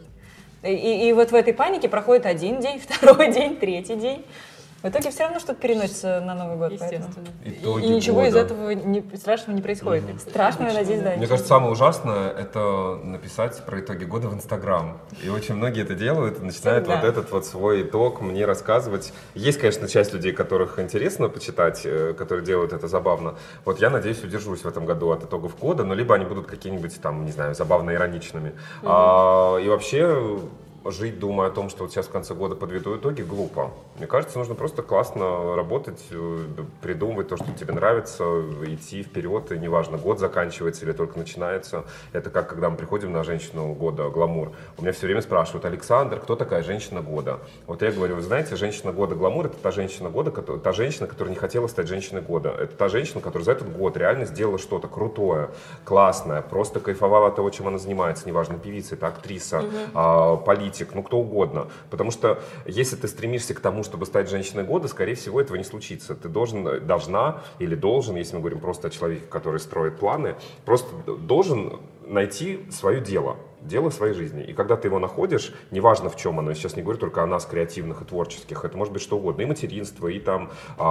И вот в этой панике проходит один день, второй день, третий день. В итоге все равно что-то переносится на Новый год. Естественно. Итоги И ничего года. из этого страшного не происходит. Страшно, я надеюсь, да. Мне кажется, самое ужасное — это написать про итоги года в Инстаграм. И очень многие это делают, и начинают Всегда. вот этот вот свой итог мне рассказывать. Есть, конечно, часть людей, которых интересно почитать, которые делают это забавно. Вот я, надеюсь, удержусь в этом году от итогов года, но либо они будут какие-нибудь там, не знаю, забавно-ироничными. И вообще... жить, думая о том, что вот сейчас в конце года подведу итоги, глупо. Мне кажется, нужно просто классно работать, придумывать то, что тебе нравится, идти вперед, и неважно, год заканчивается или только начинается. Это как, когда мы приходим на женщину года, гламур. У меня все время спрашивают: Александр, кто такая женщина года? Вот я говорю: вы знаете, женщина года гламур — это та женщина года, та женщина, которая не хотела стать женщиной года. Это та женщина, которая за этот год реально сделала что-то крутое, классное, просто кайфовала от того, чем она занимается, неважно, певица, это актриса, политик, ну кто угодно. Потому что если ты стремишься к тому, чтобы стать женщиной года, скорее всего, этого не случится. Ты должна или должен, если мы говорим просто о человеке, который строит планы, просто должен найти свое дело в своей жизни. И когда ты его находишь, неважно в чем оно, я сейчас не говорю только о нас, креативных и творческих, это может быть что угодно, и материнство, и там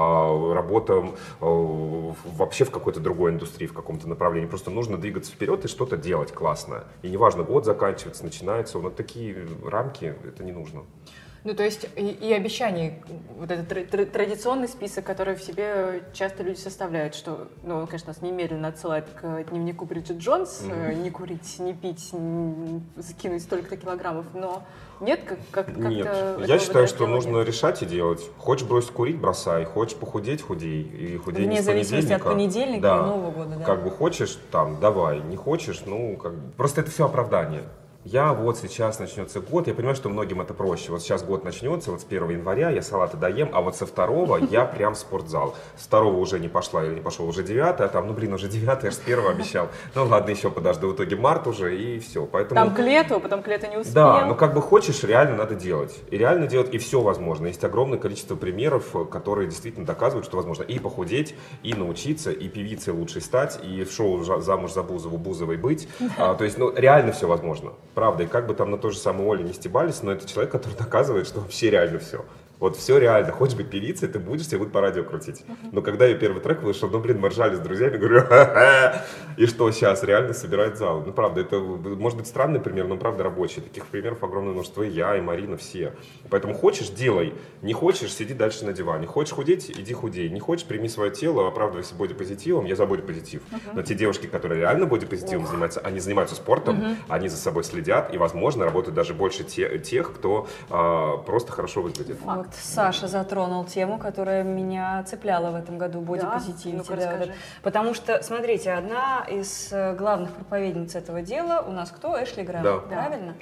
работа вообще в какой-то другой индустрии, в каком-то направлении. Просто нужно двигаться вперед и что-то делать классное. И неважно, год заканчивается, начинается, вот такие рамки, это не нужно. Ну, то есть и обещаний, вот этот традиционный список, который в себе часто люди составляют, что, ну, он, конечно, нас немедленно отсылает к дневнику Бриджит Джонс, не курить, не пить, закинуть столько-то килограммов, но нет как-то... Нет, я считаю, что нужно решать и делать. Хочешь бросить курить — бросай, хочешь похудеть — худей, и худей не с понедельника. Вне зависимости от понедельника да. и Нового года, да. Как бы хочешь, там, давай, не хочешь, ну, как бы... Просто это все оправдание. Я вот сейчас начнется год, я понимаю, что многим это проще. Вот сейчас год начнется, вот с 1 января я салаты доем, а вот со 2 я прям в спортзал. С 2 уже не пошла или не пошел, уже 9, а там, ну блин, уже 9, я же с 1 обещал. Ну ладно, еще подожду, в итоге март уже, и все. Поэтому... Там к лету, потом к лету не успел. Да, ну как бы хочешь, реально надо делать. И реально делать, и все возможно. Есть огромное количество примеров, которые действительно доказывают, что возможно и похудеть, и научиться, и певицей лучшей стать, и в шоу «Замуж за Бузову» Бузовой быть. То есть, ну реально все возможно. Правда, и как бы там на той же самой Оле не стебались, но это человек, который доказывает, что вообще реально все. Вот все реально. Хочешь быть певицей, ты будешь, тебе будут по радио крутить. Но когда ее первый трек вышел, ну блин, мы ржали с друзьями, говорю, ха-ха, и что сейчас реально собирает зал. Ну правда, это может быть странный пример, но правда рабочий. Таких примеров огромное множество. И я, и Марина, все. Поэтому хочешь — делай. Не хочешь — сиди дальше на диване. Хочешь худеть — иди худей. Не хочешь — прими свое тело, оправдывайся бодипозитивом. Я за бодипозитив. Но те девушки, которые реально бодипозитивом занимаются, они занимаются спортом, они за собой следят и, возможно, работают даже больше тех, кто просто хорошо выглядит. Вот Саша затронул тему, которая меня цепляла в этом году, бодипозитивити. Ну-ка, расскажи. Потому что, смотрите, одна из главных проповедниц этого дела у нас кто? Эшли Грэм, да. правильно?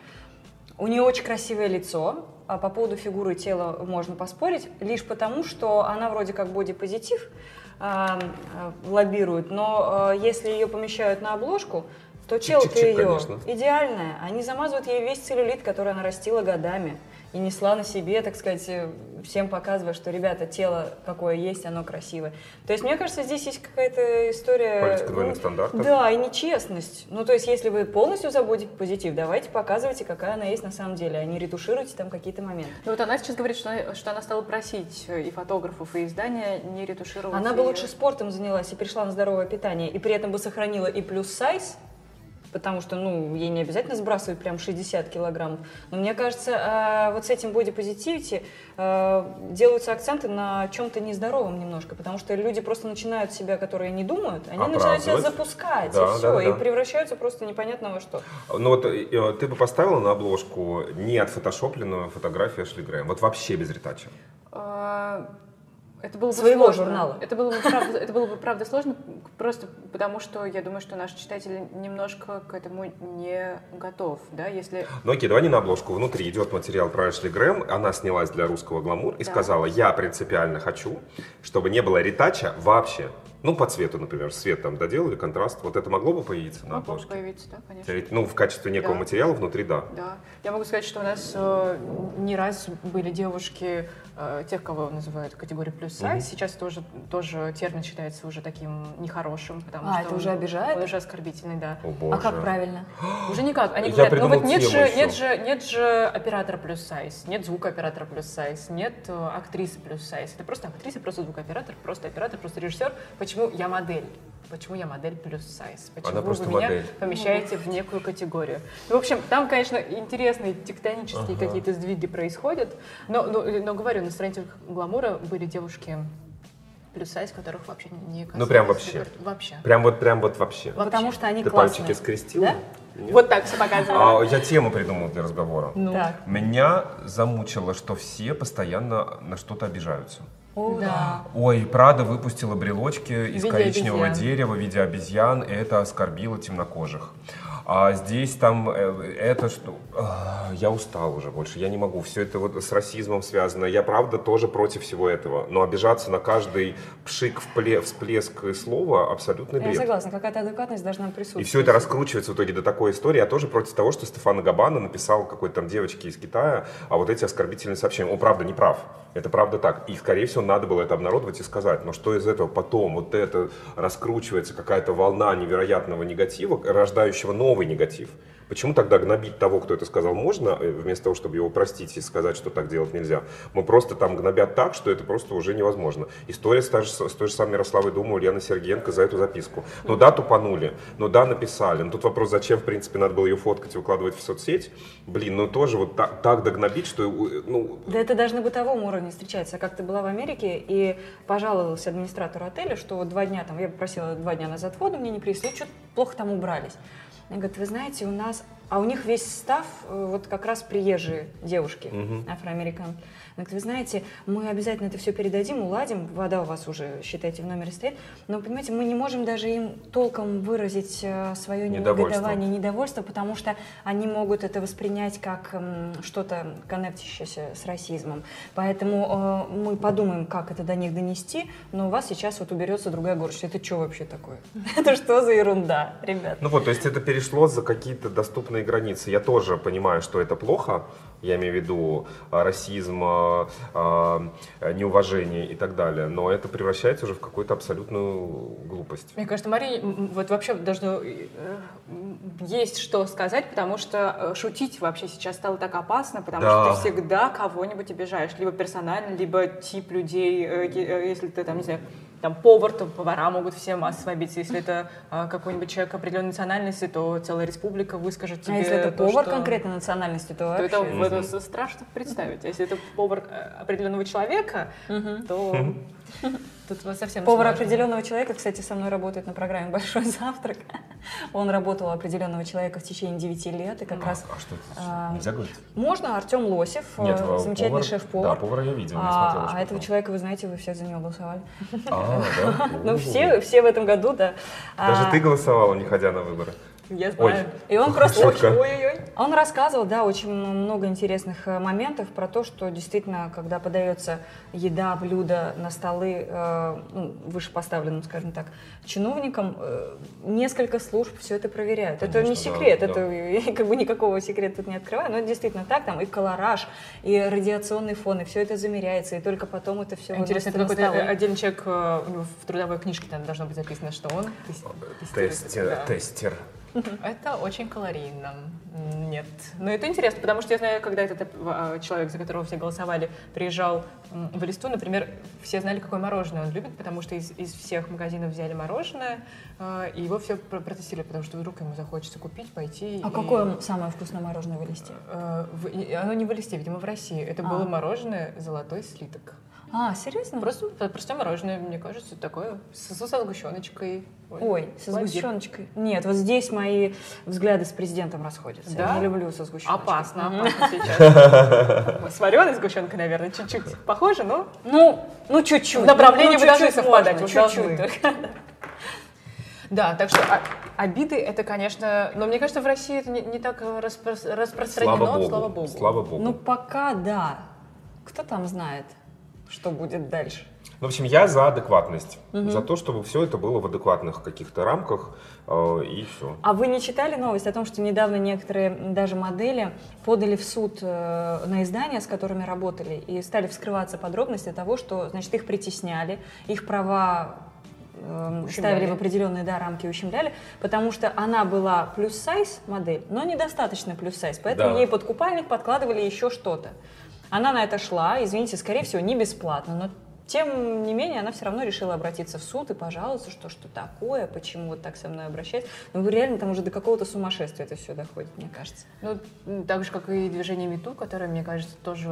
У нее очень красивое лицо, а по поводу фигуры и тела можно поспорить, лишь потому, что она вроде как бодипозитив лоббирует, но если ее помещают на обложку, то тело-то ее конечно. идеальное. Они замазывают ей весь целлюлит, который она растила годами. И несла на себе, так сказать, всем показывая, что, ребята, тело какое есть, оно красивое. То есть, мне кажется, здесь есть какая-то история... Политика двойных стандартов. Да, и нечестность. Ну, то есть, если вы полностью забудете позитив, давайте показывайте, какая она есть на самом деле, а не ретушируйте там какие-то моменты. Ну, вот она сейчас говорит, что она стала просить и фотографов, и издания не ретушировать. Она бы лучше спортом занялась и перешла на здоровое питание, и при этом бы сохранила и плюс сайз, потому что, ну, ей не обязательно сбрасывать прям 60 килограммов. Но мне кажется, вот с этим бодипозитивити делаются акценты на чем-то нездоровом немножко, потому что люди просто начинают себя, которые не думают, они начинают себя запускать, да, и все, да. и превращаются просто непонятно во что. Ну вот ты бы поставила на обложку не отфотошопленную фотографию Эшли Грэм, вот вообще без ретача? Это было бы своего сложно. журнала. Это было бы, правда, сложно, просто потому что я думаю, что наш читатель немножко к этому не готов, да, если... Ну окей, давай не на обложку. Внутри идет материал про Эшли Грэм, она снялась для русского «Гламур» и сказала, я принципиально хочу, чтобы не было ретача вообще. Ну, по цвету, например, свет там доделали, контраст. Вот это могло бы появиться на обложке? Могло появиться, да, конечно. Ну, в качестве некого материала внутри, да. Да. Я могу сказать, что у нас не раз были девушки, тех, кого называют категорией плюс сайз. Сейчас тоже термин считается уже таким нехорошим, потому что это уже обижает? Он уже оскорбительный, да. О, боже. А как правильно? Уже никак. Они Я говорят, ну вот придумал нет же оператора плюс сайз, нет звукооператора плюс сайз, нет актрисы плюс сайз. Это просто актриса, просто звукооператор, просто оператор, просто режиссер. Почему я модель? Почему я модель плюс сайз? Почему вы меня помещаете в некую категорию? Ну, в общем, там, конечно, интересные тектонические какие-то сдвиги происходят, но говорю, на страницах «Гламура» были девушки плюс сайз, которых вообще не касались. Ну, прям вообще? Вообще. Прям вот вообще? Потому что они Ты классные. пальчики скрестила? Да? Вот так все показывают. Я тему придумал для разговора. Так. Меня замучило, что все постоянно на что-то обижаются. О, да. Ой, Прада выпустила брелочки из виде коричневого обезьян. дерева в виде обезьян, и это оскорбило темнокожих. А здесь там это что... Я устал уже больше, я не могу. Все это вот с расизмом связано. Я, правда, тоже против всего этого. Но обижаться на каждый пшик, всплеск слова абсолютно Я бред. согласна, какая-то адекватность должна присутствовать. И все это раскручивается в итоге до такой истории. Я тоже против того, что Стефано Габбана написал какой-то там девочке из Китая, а вот эти оскорбительные сообщения. Он, правда, не прав. Это правда так. И, скорее всего, надо было это обнародовать и сказать. Но что из этого потом? Вот это раскручивается какая-то волна невероятного негатива, рождающего новый негатив. Почему тогда гнобить того, кто это сказал, можно, вместо того, чтобы его простить и сказать, что так делать нельзя? Мы просто там гнобят так, что это просто уже невозможно. История с той же самой Ярославой Думой, Ульяны Сергеенко за эту записку. Ну да, тупанули, ну да, написали. Но тут вопрос, зачем, в принципе, надо было ее фоткать и выкладывать в соцсеть? Блин, ну тоже вот так догнобить, что... Ну... Да это даже на бытовом уровне встречается. Как ты была в Америке и пожаловалась администратору отеля, что вот 2 дня, там, я попросила 2 дня назад воду, мне не принесли, что-то плохо там убрались. Они говорят, вы знаете, у нас... А у них весь став вот как раз приезжие девушки, афроамериканки. Она говорит, вы знаете, мы обязательно это все передадим, уладим, вода у вас уже, считайте, в номере стоит. Но, понимаете, мы не можем даже им толком выразить свое негодование, недовольство, потому что они могут это воспринять как что-то коннектящееся с расизмом. Поэтому мы подумаем, как это до них донести, но у вас сейчас вот уберется другая горсть. Это что вообще такое? Это что за ерунда, ребят? Ну вот, то есть это перешло за какие-то доступные границы. Я тоже понимаю, что это плохо. Я имею в виду расизм, неуважение и так далее. Но это превращается уже в какую-то абсолютную глупость. Мне кажется, Марии вот вообще должно есть что сказать, потому что шутить вообще сейчас стало так опасно, потому что ты всегда кого-нибудь обижаешь. Либо персонально, либо тип людей, если ты там, не знаю, там повар, то повара могут все массово обидеться. Если это какой-нибудь человек определенной национальности, то целая республика выскажет тебе. А если это повар конкретной национальности, то вообще... Это страшно представить. А если это повар определенного человека, то тут совсем повар сложно. определенного человека, кстати, со мной работает на программе «Большой завтрак». Он работал у определенного человека в течение 9 лет. И как раз, а что это? Нельзя говорить? Можно. Артем Лосев, замечательный повар, шеф-повар. Да, повара я видел, не смотрел. А этого человека, вы знаете, вы все за него голосовали. Да? Ну, все в этом году, да. Даже ты голосовала, не ходя на выборы. Я знаю. И он просто... Ой-ой-ой. Он рассказывал, да, очень много интересных моментов про то, что действительно, когда подается еда, блюдо на столы вышепоставленным, скажем так, чиновникам, несколько служб все это проверяют. Конечно, это не секрет, да. Я как бы никакого секрета тут не открываю, но это действительно так, там и колораж, и радиационный фон, и все это замеряется, и только потом это все интересно, это выносится какой-то на стол. отдельный человек, у него в трудовой книжке там должно быть записано, что он Тестер. Это очень калорийно. Нет. Но это интересно, потому что я знаю, когда этот человек, за которого все голосовали, приезжал в Элисту, например, все знали, какое мороженое он любит, потому что из всех магазинов взяли мороженое, и его все протестировали, потому что вдруг ему захочется купить, пойти. Какое самое вкусное мороженое в Элисте? Оно не в Элисте, видимо, в России. Это было мороженое «Золотой слиток». А, серьезно? Просто простое мороженое, мне кажется, такое, со сгущеночкой. Ой, со сгущеночкой. Нет, вот здесь мои взгляды с президентом расходятся. Да? Я не люблю со сгущеночкой. Опасно сейчас. С вареной сгущенкой, наверное, чуть-чуть похоже, но... Ну, чуть-чуть. В направлении вы должны чуть-чуть совпадать, можно, вы чуть-чуть. должны. Да, так что обиды это, конечно, но мне кажется, в России это не так распространено, слава богу. Слава богу. Ну, пока да. Кто там знает, что будет дальше? В общем, я за адекватность, за то, чтобы все это было в адекватных каких-то рамках, и все. А вы не читали новость о том, что недавно некоторые даже модели подали в суд на издания, с которыми работали, и стали вскрываться подробности того, что, значит, их притесняли, их права ставили в определенные рамки и ущемляли, потому что она была плюс-сайз модель, но недостаточно плюс-сайз, поэтому ей под купальник подкладывали еще что-то. Она на это шла, извините, скорее всего, не бесплатно, но тем не менее, она все равно решила обратиться в суд и пожаловаться, что такое, почему вот так со мной обращаются. Ну, реально там уже до какого-то сумасшествия это все доходит, мне кажется. Ну, так же, как и движение МeToo, которое, мне кажется, тоже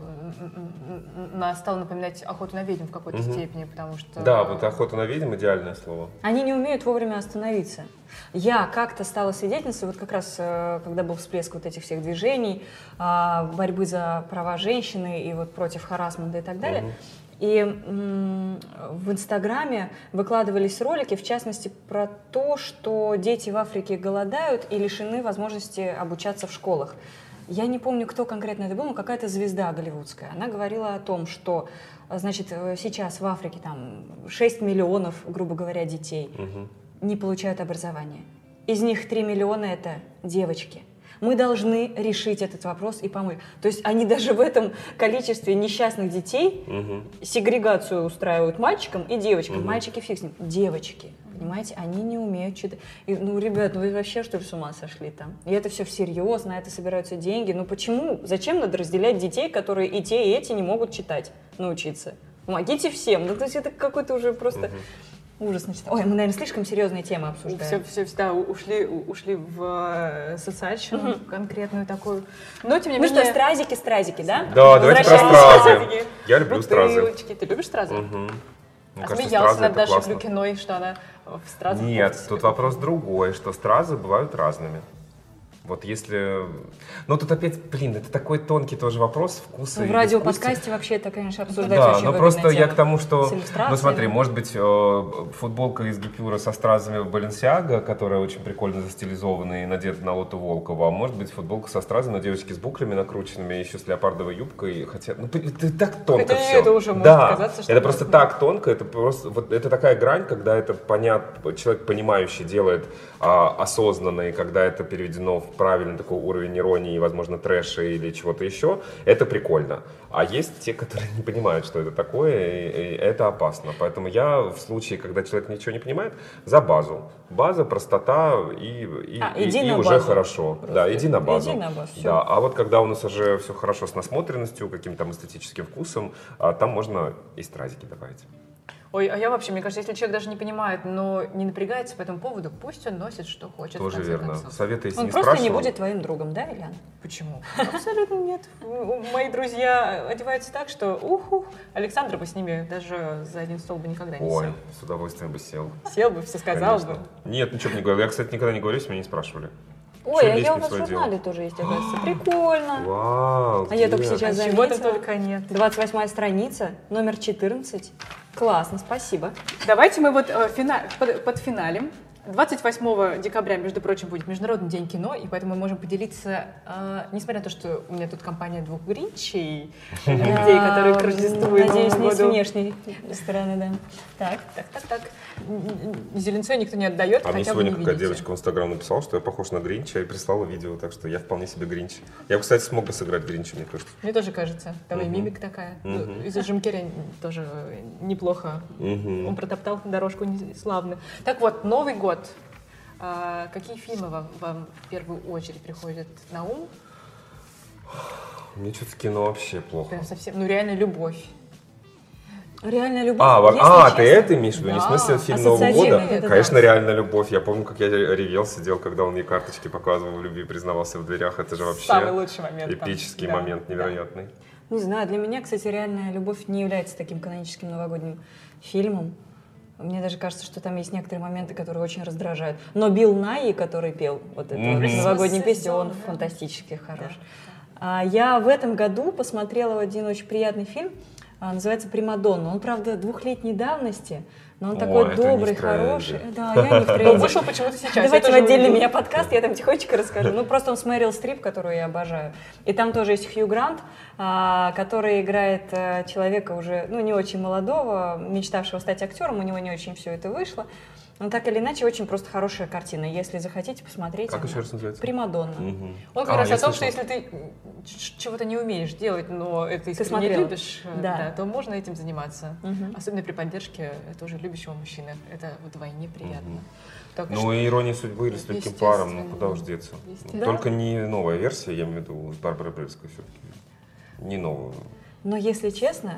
стало напоминать охоту на ведьм в какой-то степени, потому что... Да, вот охота на ведьм — идеальное слово. Они не умеют вовремя остановиться. Я как-то стала свидетельницей, вот как раз, когда был всплеск вот этих всех движений, борьбы за права женщины и вот против харассмента и так далее, и в Инстаграме выкладывались ролики, в частности, про то, что дети в Африке голодают и лишены возможности обучаться в школах. Я не помню, кто конкретно это был, но какая-то звезда голливудская. Она говорила о том, что, значит, сейчас в Африке там 6 миллионов, грубо говоря, детей не получают образование. Из них 3 миллиона – это девочки. Мы должны решить этот вопрос и помочь. То есть они даже в этом количестве несчастных детей сегрегацию устраивают мальчикам и девочкам. Мальчики фиг с ним. Девочки, понимаете, они не умеют читать. И, ну, ребят, вы вообще что ли с ума сошли там? И это все всерьез, на это собираются деньги. Ну почему? Зачем надо разделять детей, которые и те, и эти не могут читать, научиться? Помогите всем. Ну то есть это какой-то уже просто... Ужас, значит. Ой, мы, наверное, слишком серьезные темы обсуждаем. Все всегда ушли в социальщину конкретную такую. Но, тем не Ну менее... что, стразики, да? Да, давайте про стразы. Я люблю стразы. Бутылочки. Ты любишь стразы? Мне кажется, Смеялся стразы — над это Дашей классно. Клюкиной, что она в стразах... Нет, тут вопрос другой, что стразы бывают разными. Вот если... Ну, тут опять, блин, это такой тонкий тоже вопрос, вкуса и в радиоподкасте вообще это, конечно, обсуждать да, очень но выгодная просто тема. я к тому, что, С иллюстрациями. ну смотри, может быть, футболка из гипюра со стразами в Balenciaga, которая очень прикольно застилизована и надета на Лоту Волкова, а может быть, футболка со стразами, но девочки с буклями накрученными, еще с леопардовой юбкой, хотя, ну, это так тонко все. Это уже может да, казаться, что... это просто так тонко, это просто, вот это такая грань, когда это понятно, человек понимающий делает осознанно, и когда это переведено в правильный такой уровень иронии, возможно, трэша или чего-то еще, это прикольно. А есть те, которые не понимают, что это такое, и это опасно. Поэтому я в случае, когда человек ничего не понимает, за базу. База, простота и уже базу. Хорошо. Просто. Да, иди на базу. Иди на базу, всё. Да. А вот когда у нас уже все хорошо с насмотренностью, каким-то эстетическим вкусом, там можно и стразики добавить. Ой, а я вообще, мне кажется, если человек даже не понимает, но не напрягается по этому поводу, пусть он носит, что хочет. Тоже верно. Советы, если Он не просто спрашивал. не будет твоим другом, да, Ильяна? Почему? Абсолютно нет. Мои друзья одеваются так, что Александр бы с ними даже за один стол бы никогда не Ой, сел. с удовольствием бы сел. Сел бы, все сказал Конечно. бы. Нет, ничего бы не говорил. Я, кстати, никогда не говорю, если меня не спрашивали. Ой, Чё а лезть я у не в вас в свое журнале дело? тоже есть, оказывается. Прикольно. Вау, А я только где? сейчас Чего-то заметила. только нет. 28-я страница, номер 14. Классно, спасибо. Давайте мы вот подфиналим. 28 декабря, между прочим, будет Международный день кино, и поэтому мы можем поделиться, несмотря на то, что у меня тут компания двух гринчей, людей, которые к Рождеству и Надеюсь, Новому не с году. внешней стороны, да. Так. Зеленцой никто не отдает, А мне хотя вы сегодня не какая видите. девочка в Инстаграм написала, что я похож на Гринча, и прислала видео, так что я вполне себе Гринч. Я бы, кстати, смог бы сыграть Гринча, мне кажется. Мне тоже кажется. Там и мимик такая. Из-за Джим Керри тоже неплохо. Он протоптал дорожку славно. Так вот, Новый год. Какие фильмы вам в первую очередь приходят на ум? Мне что-то кино вообще плохо. Прям совсем, ну реально любовь. Реальная любовь. Ты честно. это имеешь в виду? Не в Да. смысле фильм Нового Ассоциативный, года? это Конечно, да. реальная любовь. Я помню, как я ревел, сидел, когда он мне карточки показывал в любви, признавался в дверях. Это же вообще Самый лучший момент. там. эпический Да, момент, да. невероятный. Не знаю, для меня, кстати, «Реальная любовь» не является таким каноническим новогодним фильмом. Мне даже кажется, что там есть некоторые моменты, которые очень раздражают. Но Билл Найи, который пел вот эту новогоднюю песню, он фантастически хорош. Я в этом году посмотрела один очень приятный фильм, называется «Примадонна». Он, правда, 2-летней давности, но он такой добрый, хороший. Да, я не в тренде. Он вышел почему-то сейчас. Давайте в отдельный меня подкаст, я там тихонечко расскажу. Ну, просто он с Мэрил Стрип, которую я обожаю. И там тоже есть Хью Грант, который играет человека уже, ну, не очень молодого, мечтавшего стать актером, у него не очень все это вышло. Но так или иначе, очень просто хорошая картина. Если захотите посмотреть, как еще раз называется? «Примадонна». Он как раз о том, что если ты чего-то не умеешь делать, но это искренне не любишь, да, то можно этим заниматься. Особенно при поддержке тоже любящего мужчины. Это вдвойне приятно. Ну и «Ирония судьбы» или «С легким паром», ну куда уж деться. Только не новая версия, я имею в виду, с Барбарой Брыльской все-таки. Не новую. Но если честно,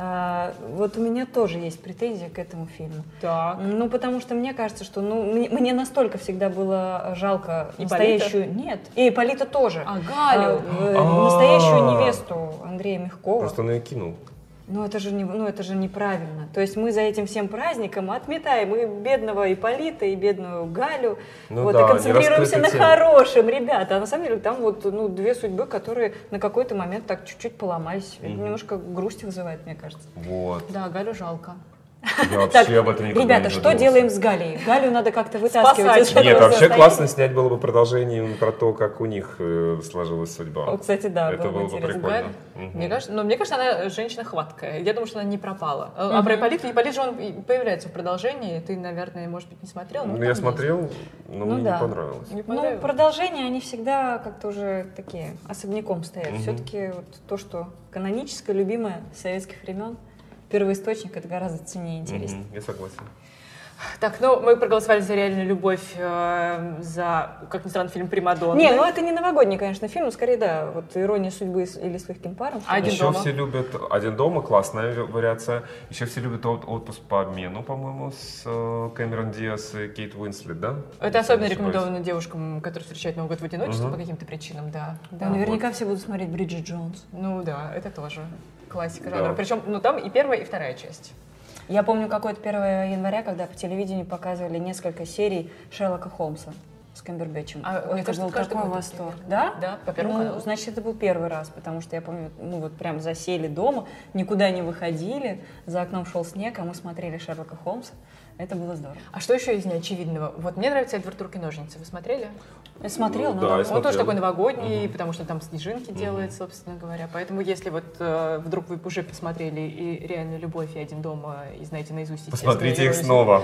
вот у меня тоже есть претензии к этому фильму. Так. Ну, потому что мне кажется, что мне настолько всегда было жалко настоящую... Нет, и Ипполита тоже. Галю. Настоящую невесту Андрея Мягкова. Просто он ее кинул. Ну, это же неправильно. То есть мы за этим всем праздником отметаем и бедного Ипполита, и бедную Галю, и концентрируемся на хорошем, ребята. А на самом деле там две судьбы, которые на какой-то момент так чуть-чуть поломались. Это немножко грусть вызывает, мне кажется. Вот. Да, Галю жалко. Я вообще об этом никогда ребята, не что задумался. делаем с Галей? Галю надо как-то вытаскивать из этого Нет, вообще состояния. классно снять было бы продолжение про то, как у них сложилась судьба. Кстати, да, это было бы интересно. прикольно. Мне кажется, она женщина хваткая. Я думаю, что она не пропала. А про Ипполита же он появляется в продолжении. Ты, наверное, может быть, не смотрел. Ну, я смотрел, но мне не понравилось. Ну, продолжения, они всегда как-то уже такие особняком стоят. Все-таки вот то, что каноническое, любимое с советских времен, первоисточник, это гораздо ценнее и интереснее. Я согласен. Так, мы проголосовали за «Реальную любовь», за, как ни странно, фильм «Примадонна». Не, это не новогодний, конечно, фильм, но скорее, да, вот «Ирония судьбы» или «С легким паром». «Один Еще дома». все любят «Один дома», классная вариация. Еще все любят «Отпуск по обмену», по-моему, с Кэмерон Диас и Кейт Уинслет, да? Это особенно рекомендовано девушкам, которые встречают Новый год в одиночестве по каким-то причинам, да. Наверняка все будут смотреть «Бриджит Джонс». Ну да, это тоже классика жанра. Причем, там и первая, и вторая часть. Я помню какое-то 1 января, когда по телевидению показывали несколько серий Шерлока Холмса с Камбербэтчем. Это был такой восторг. Да? Да, по Первому каналу. Значит, это был первый раз, потому что я помню, прям засели дома, никуда не выходили, за окном шел снег, а мы смотрели Шерлока Холмса. Это было здорово. А что еще из неочевидного? Вот мне нравится «Эдвард Руки ножницы». Вы смотрели? Я смотрела, да. Он тоже такой новогодний, потому что там снежинки делает, собственно говоря. Поэтому если вдруг вы уже посмотрели и «Реальную любовь», и «Один дома», и знаете наизусть... Посмотрите их снова.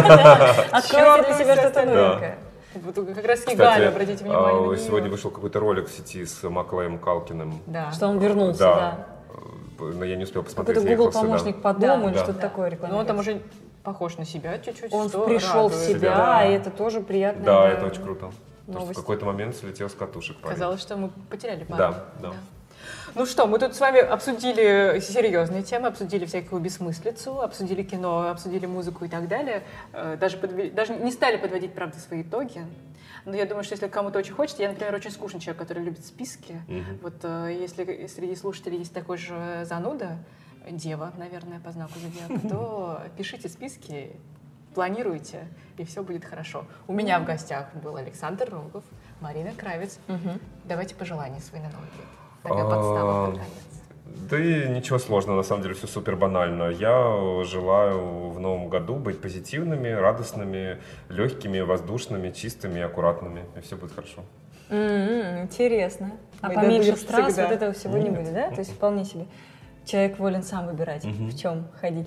Откройте для себя что-то новенькое. Вот как раз и Галя, обратите внимание на сегодня вышел какой-то ролик в сети с Маклеем Калкиным. Да. Что он вернулся, да. Но я не успел посмотреть. Какой-то Google-помощник по дому или что-то такое рекламирует. Но он там уже похож на себя чуть-чуть. Он пришел в себя, и это тоже приятно. Да, это очень круто. Новость. В какой-то момент слетел с катушек. Казалось, что мы потеряли пару. Да. Ну что, мы тут с вами обсудили серьезные темы, обсудили всякую бессмыслицу, обсудили кино, обсудили музыку и так далее. Даже не стали подводить, правда, свои итоги. Но я думаю, что если кому-то очень хочется, я, например, очень скучный человек, который любит списки. Вот если среди слушателей есть такой же зануда, дева, наверное, по знаку зодиака, то пишите списки, планируйте, и все будет хорошо. У меня в гостях был Александр Рогов, Марина Кравец. Давайте пожелания свои на Новый год. Такая подстава под конец. Да и ничего сложного, на самом деле все супер банально. Я желаю в новом году быть позитивными, радостными, легкими, воздушными, чистыми, аккуратными, и все будет хорошо. Интересно. А поменьше страсс, вот этого всего не будет, да? То есть вполне себе. Человек волен сам выбирать, в чем ходить.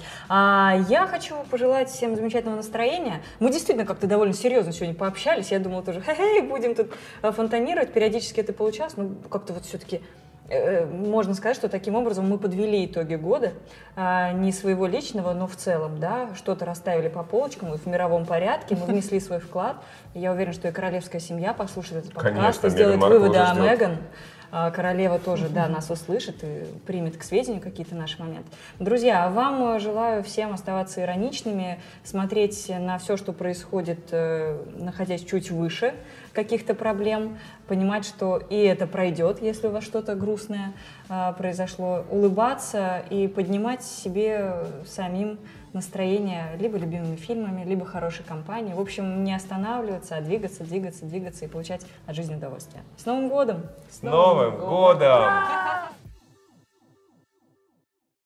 Я хочу пожелать всем замечательного настроения. Мы действительно как-то довольно серьезно сегодня пообщались. Я думала тоже, будем тут фонтанировать. Периодически это получалось. Но как-то вот все-таки можно сказать, что таким образом мы подвели итоги года. Не своего личного, но в целом, да, что-то расставили по полочкам в мировом порядке. Мы внесли свой вклад. Я уверена, что и королевская семья послушает этот подкаст и сделает выводы о Меган. королева тоже, да, нас услышит и примет к сведению какие-то наши моменты. Друзья, а вам желаю всем оставаться ироничными, смотреть на все, что происходит, находясь чуть выше каких-то проблем, понимать, что и это пройдет, если у вас что-то грустное произошло, улыбаться и поднимать себе самим настроение либо любимыми фильмами, либо хорошей компанией. В общем, не останавливаться, а двигаться и получать от жизни удовольствие. С Новым годом! С Новым годом!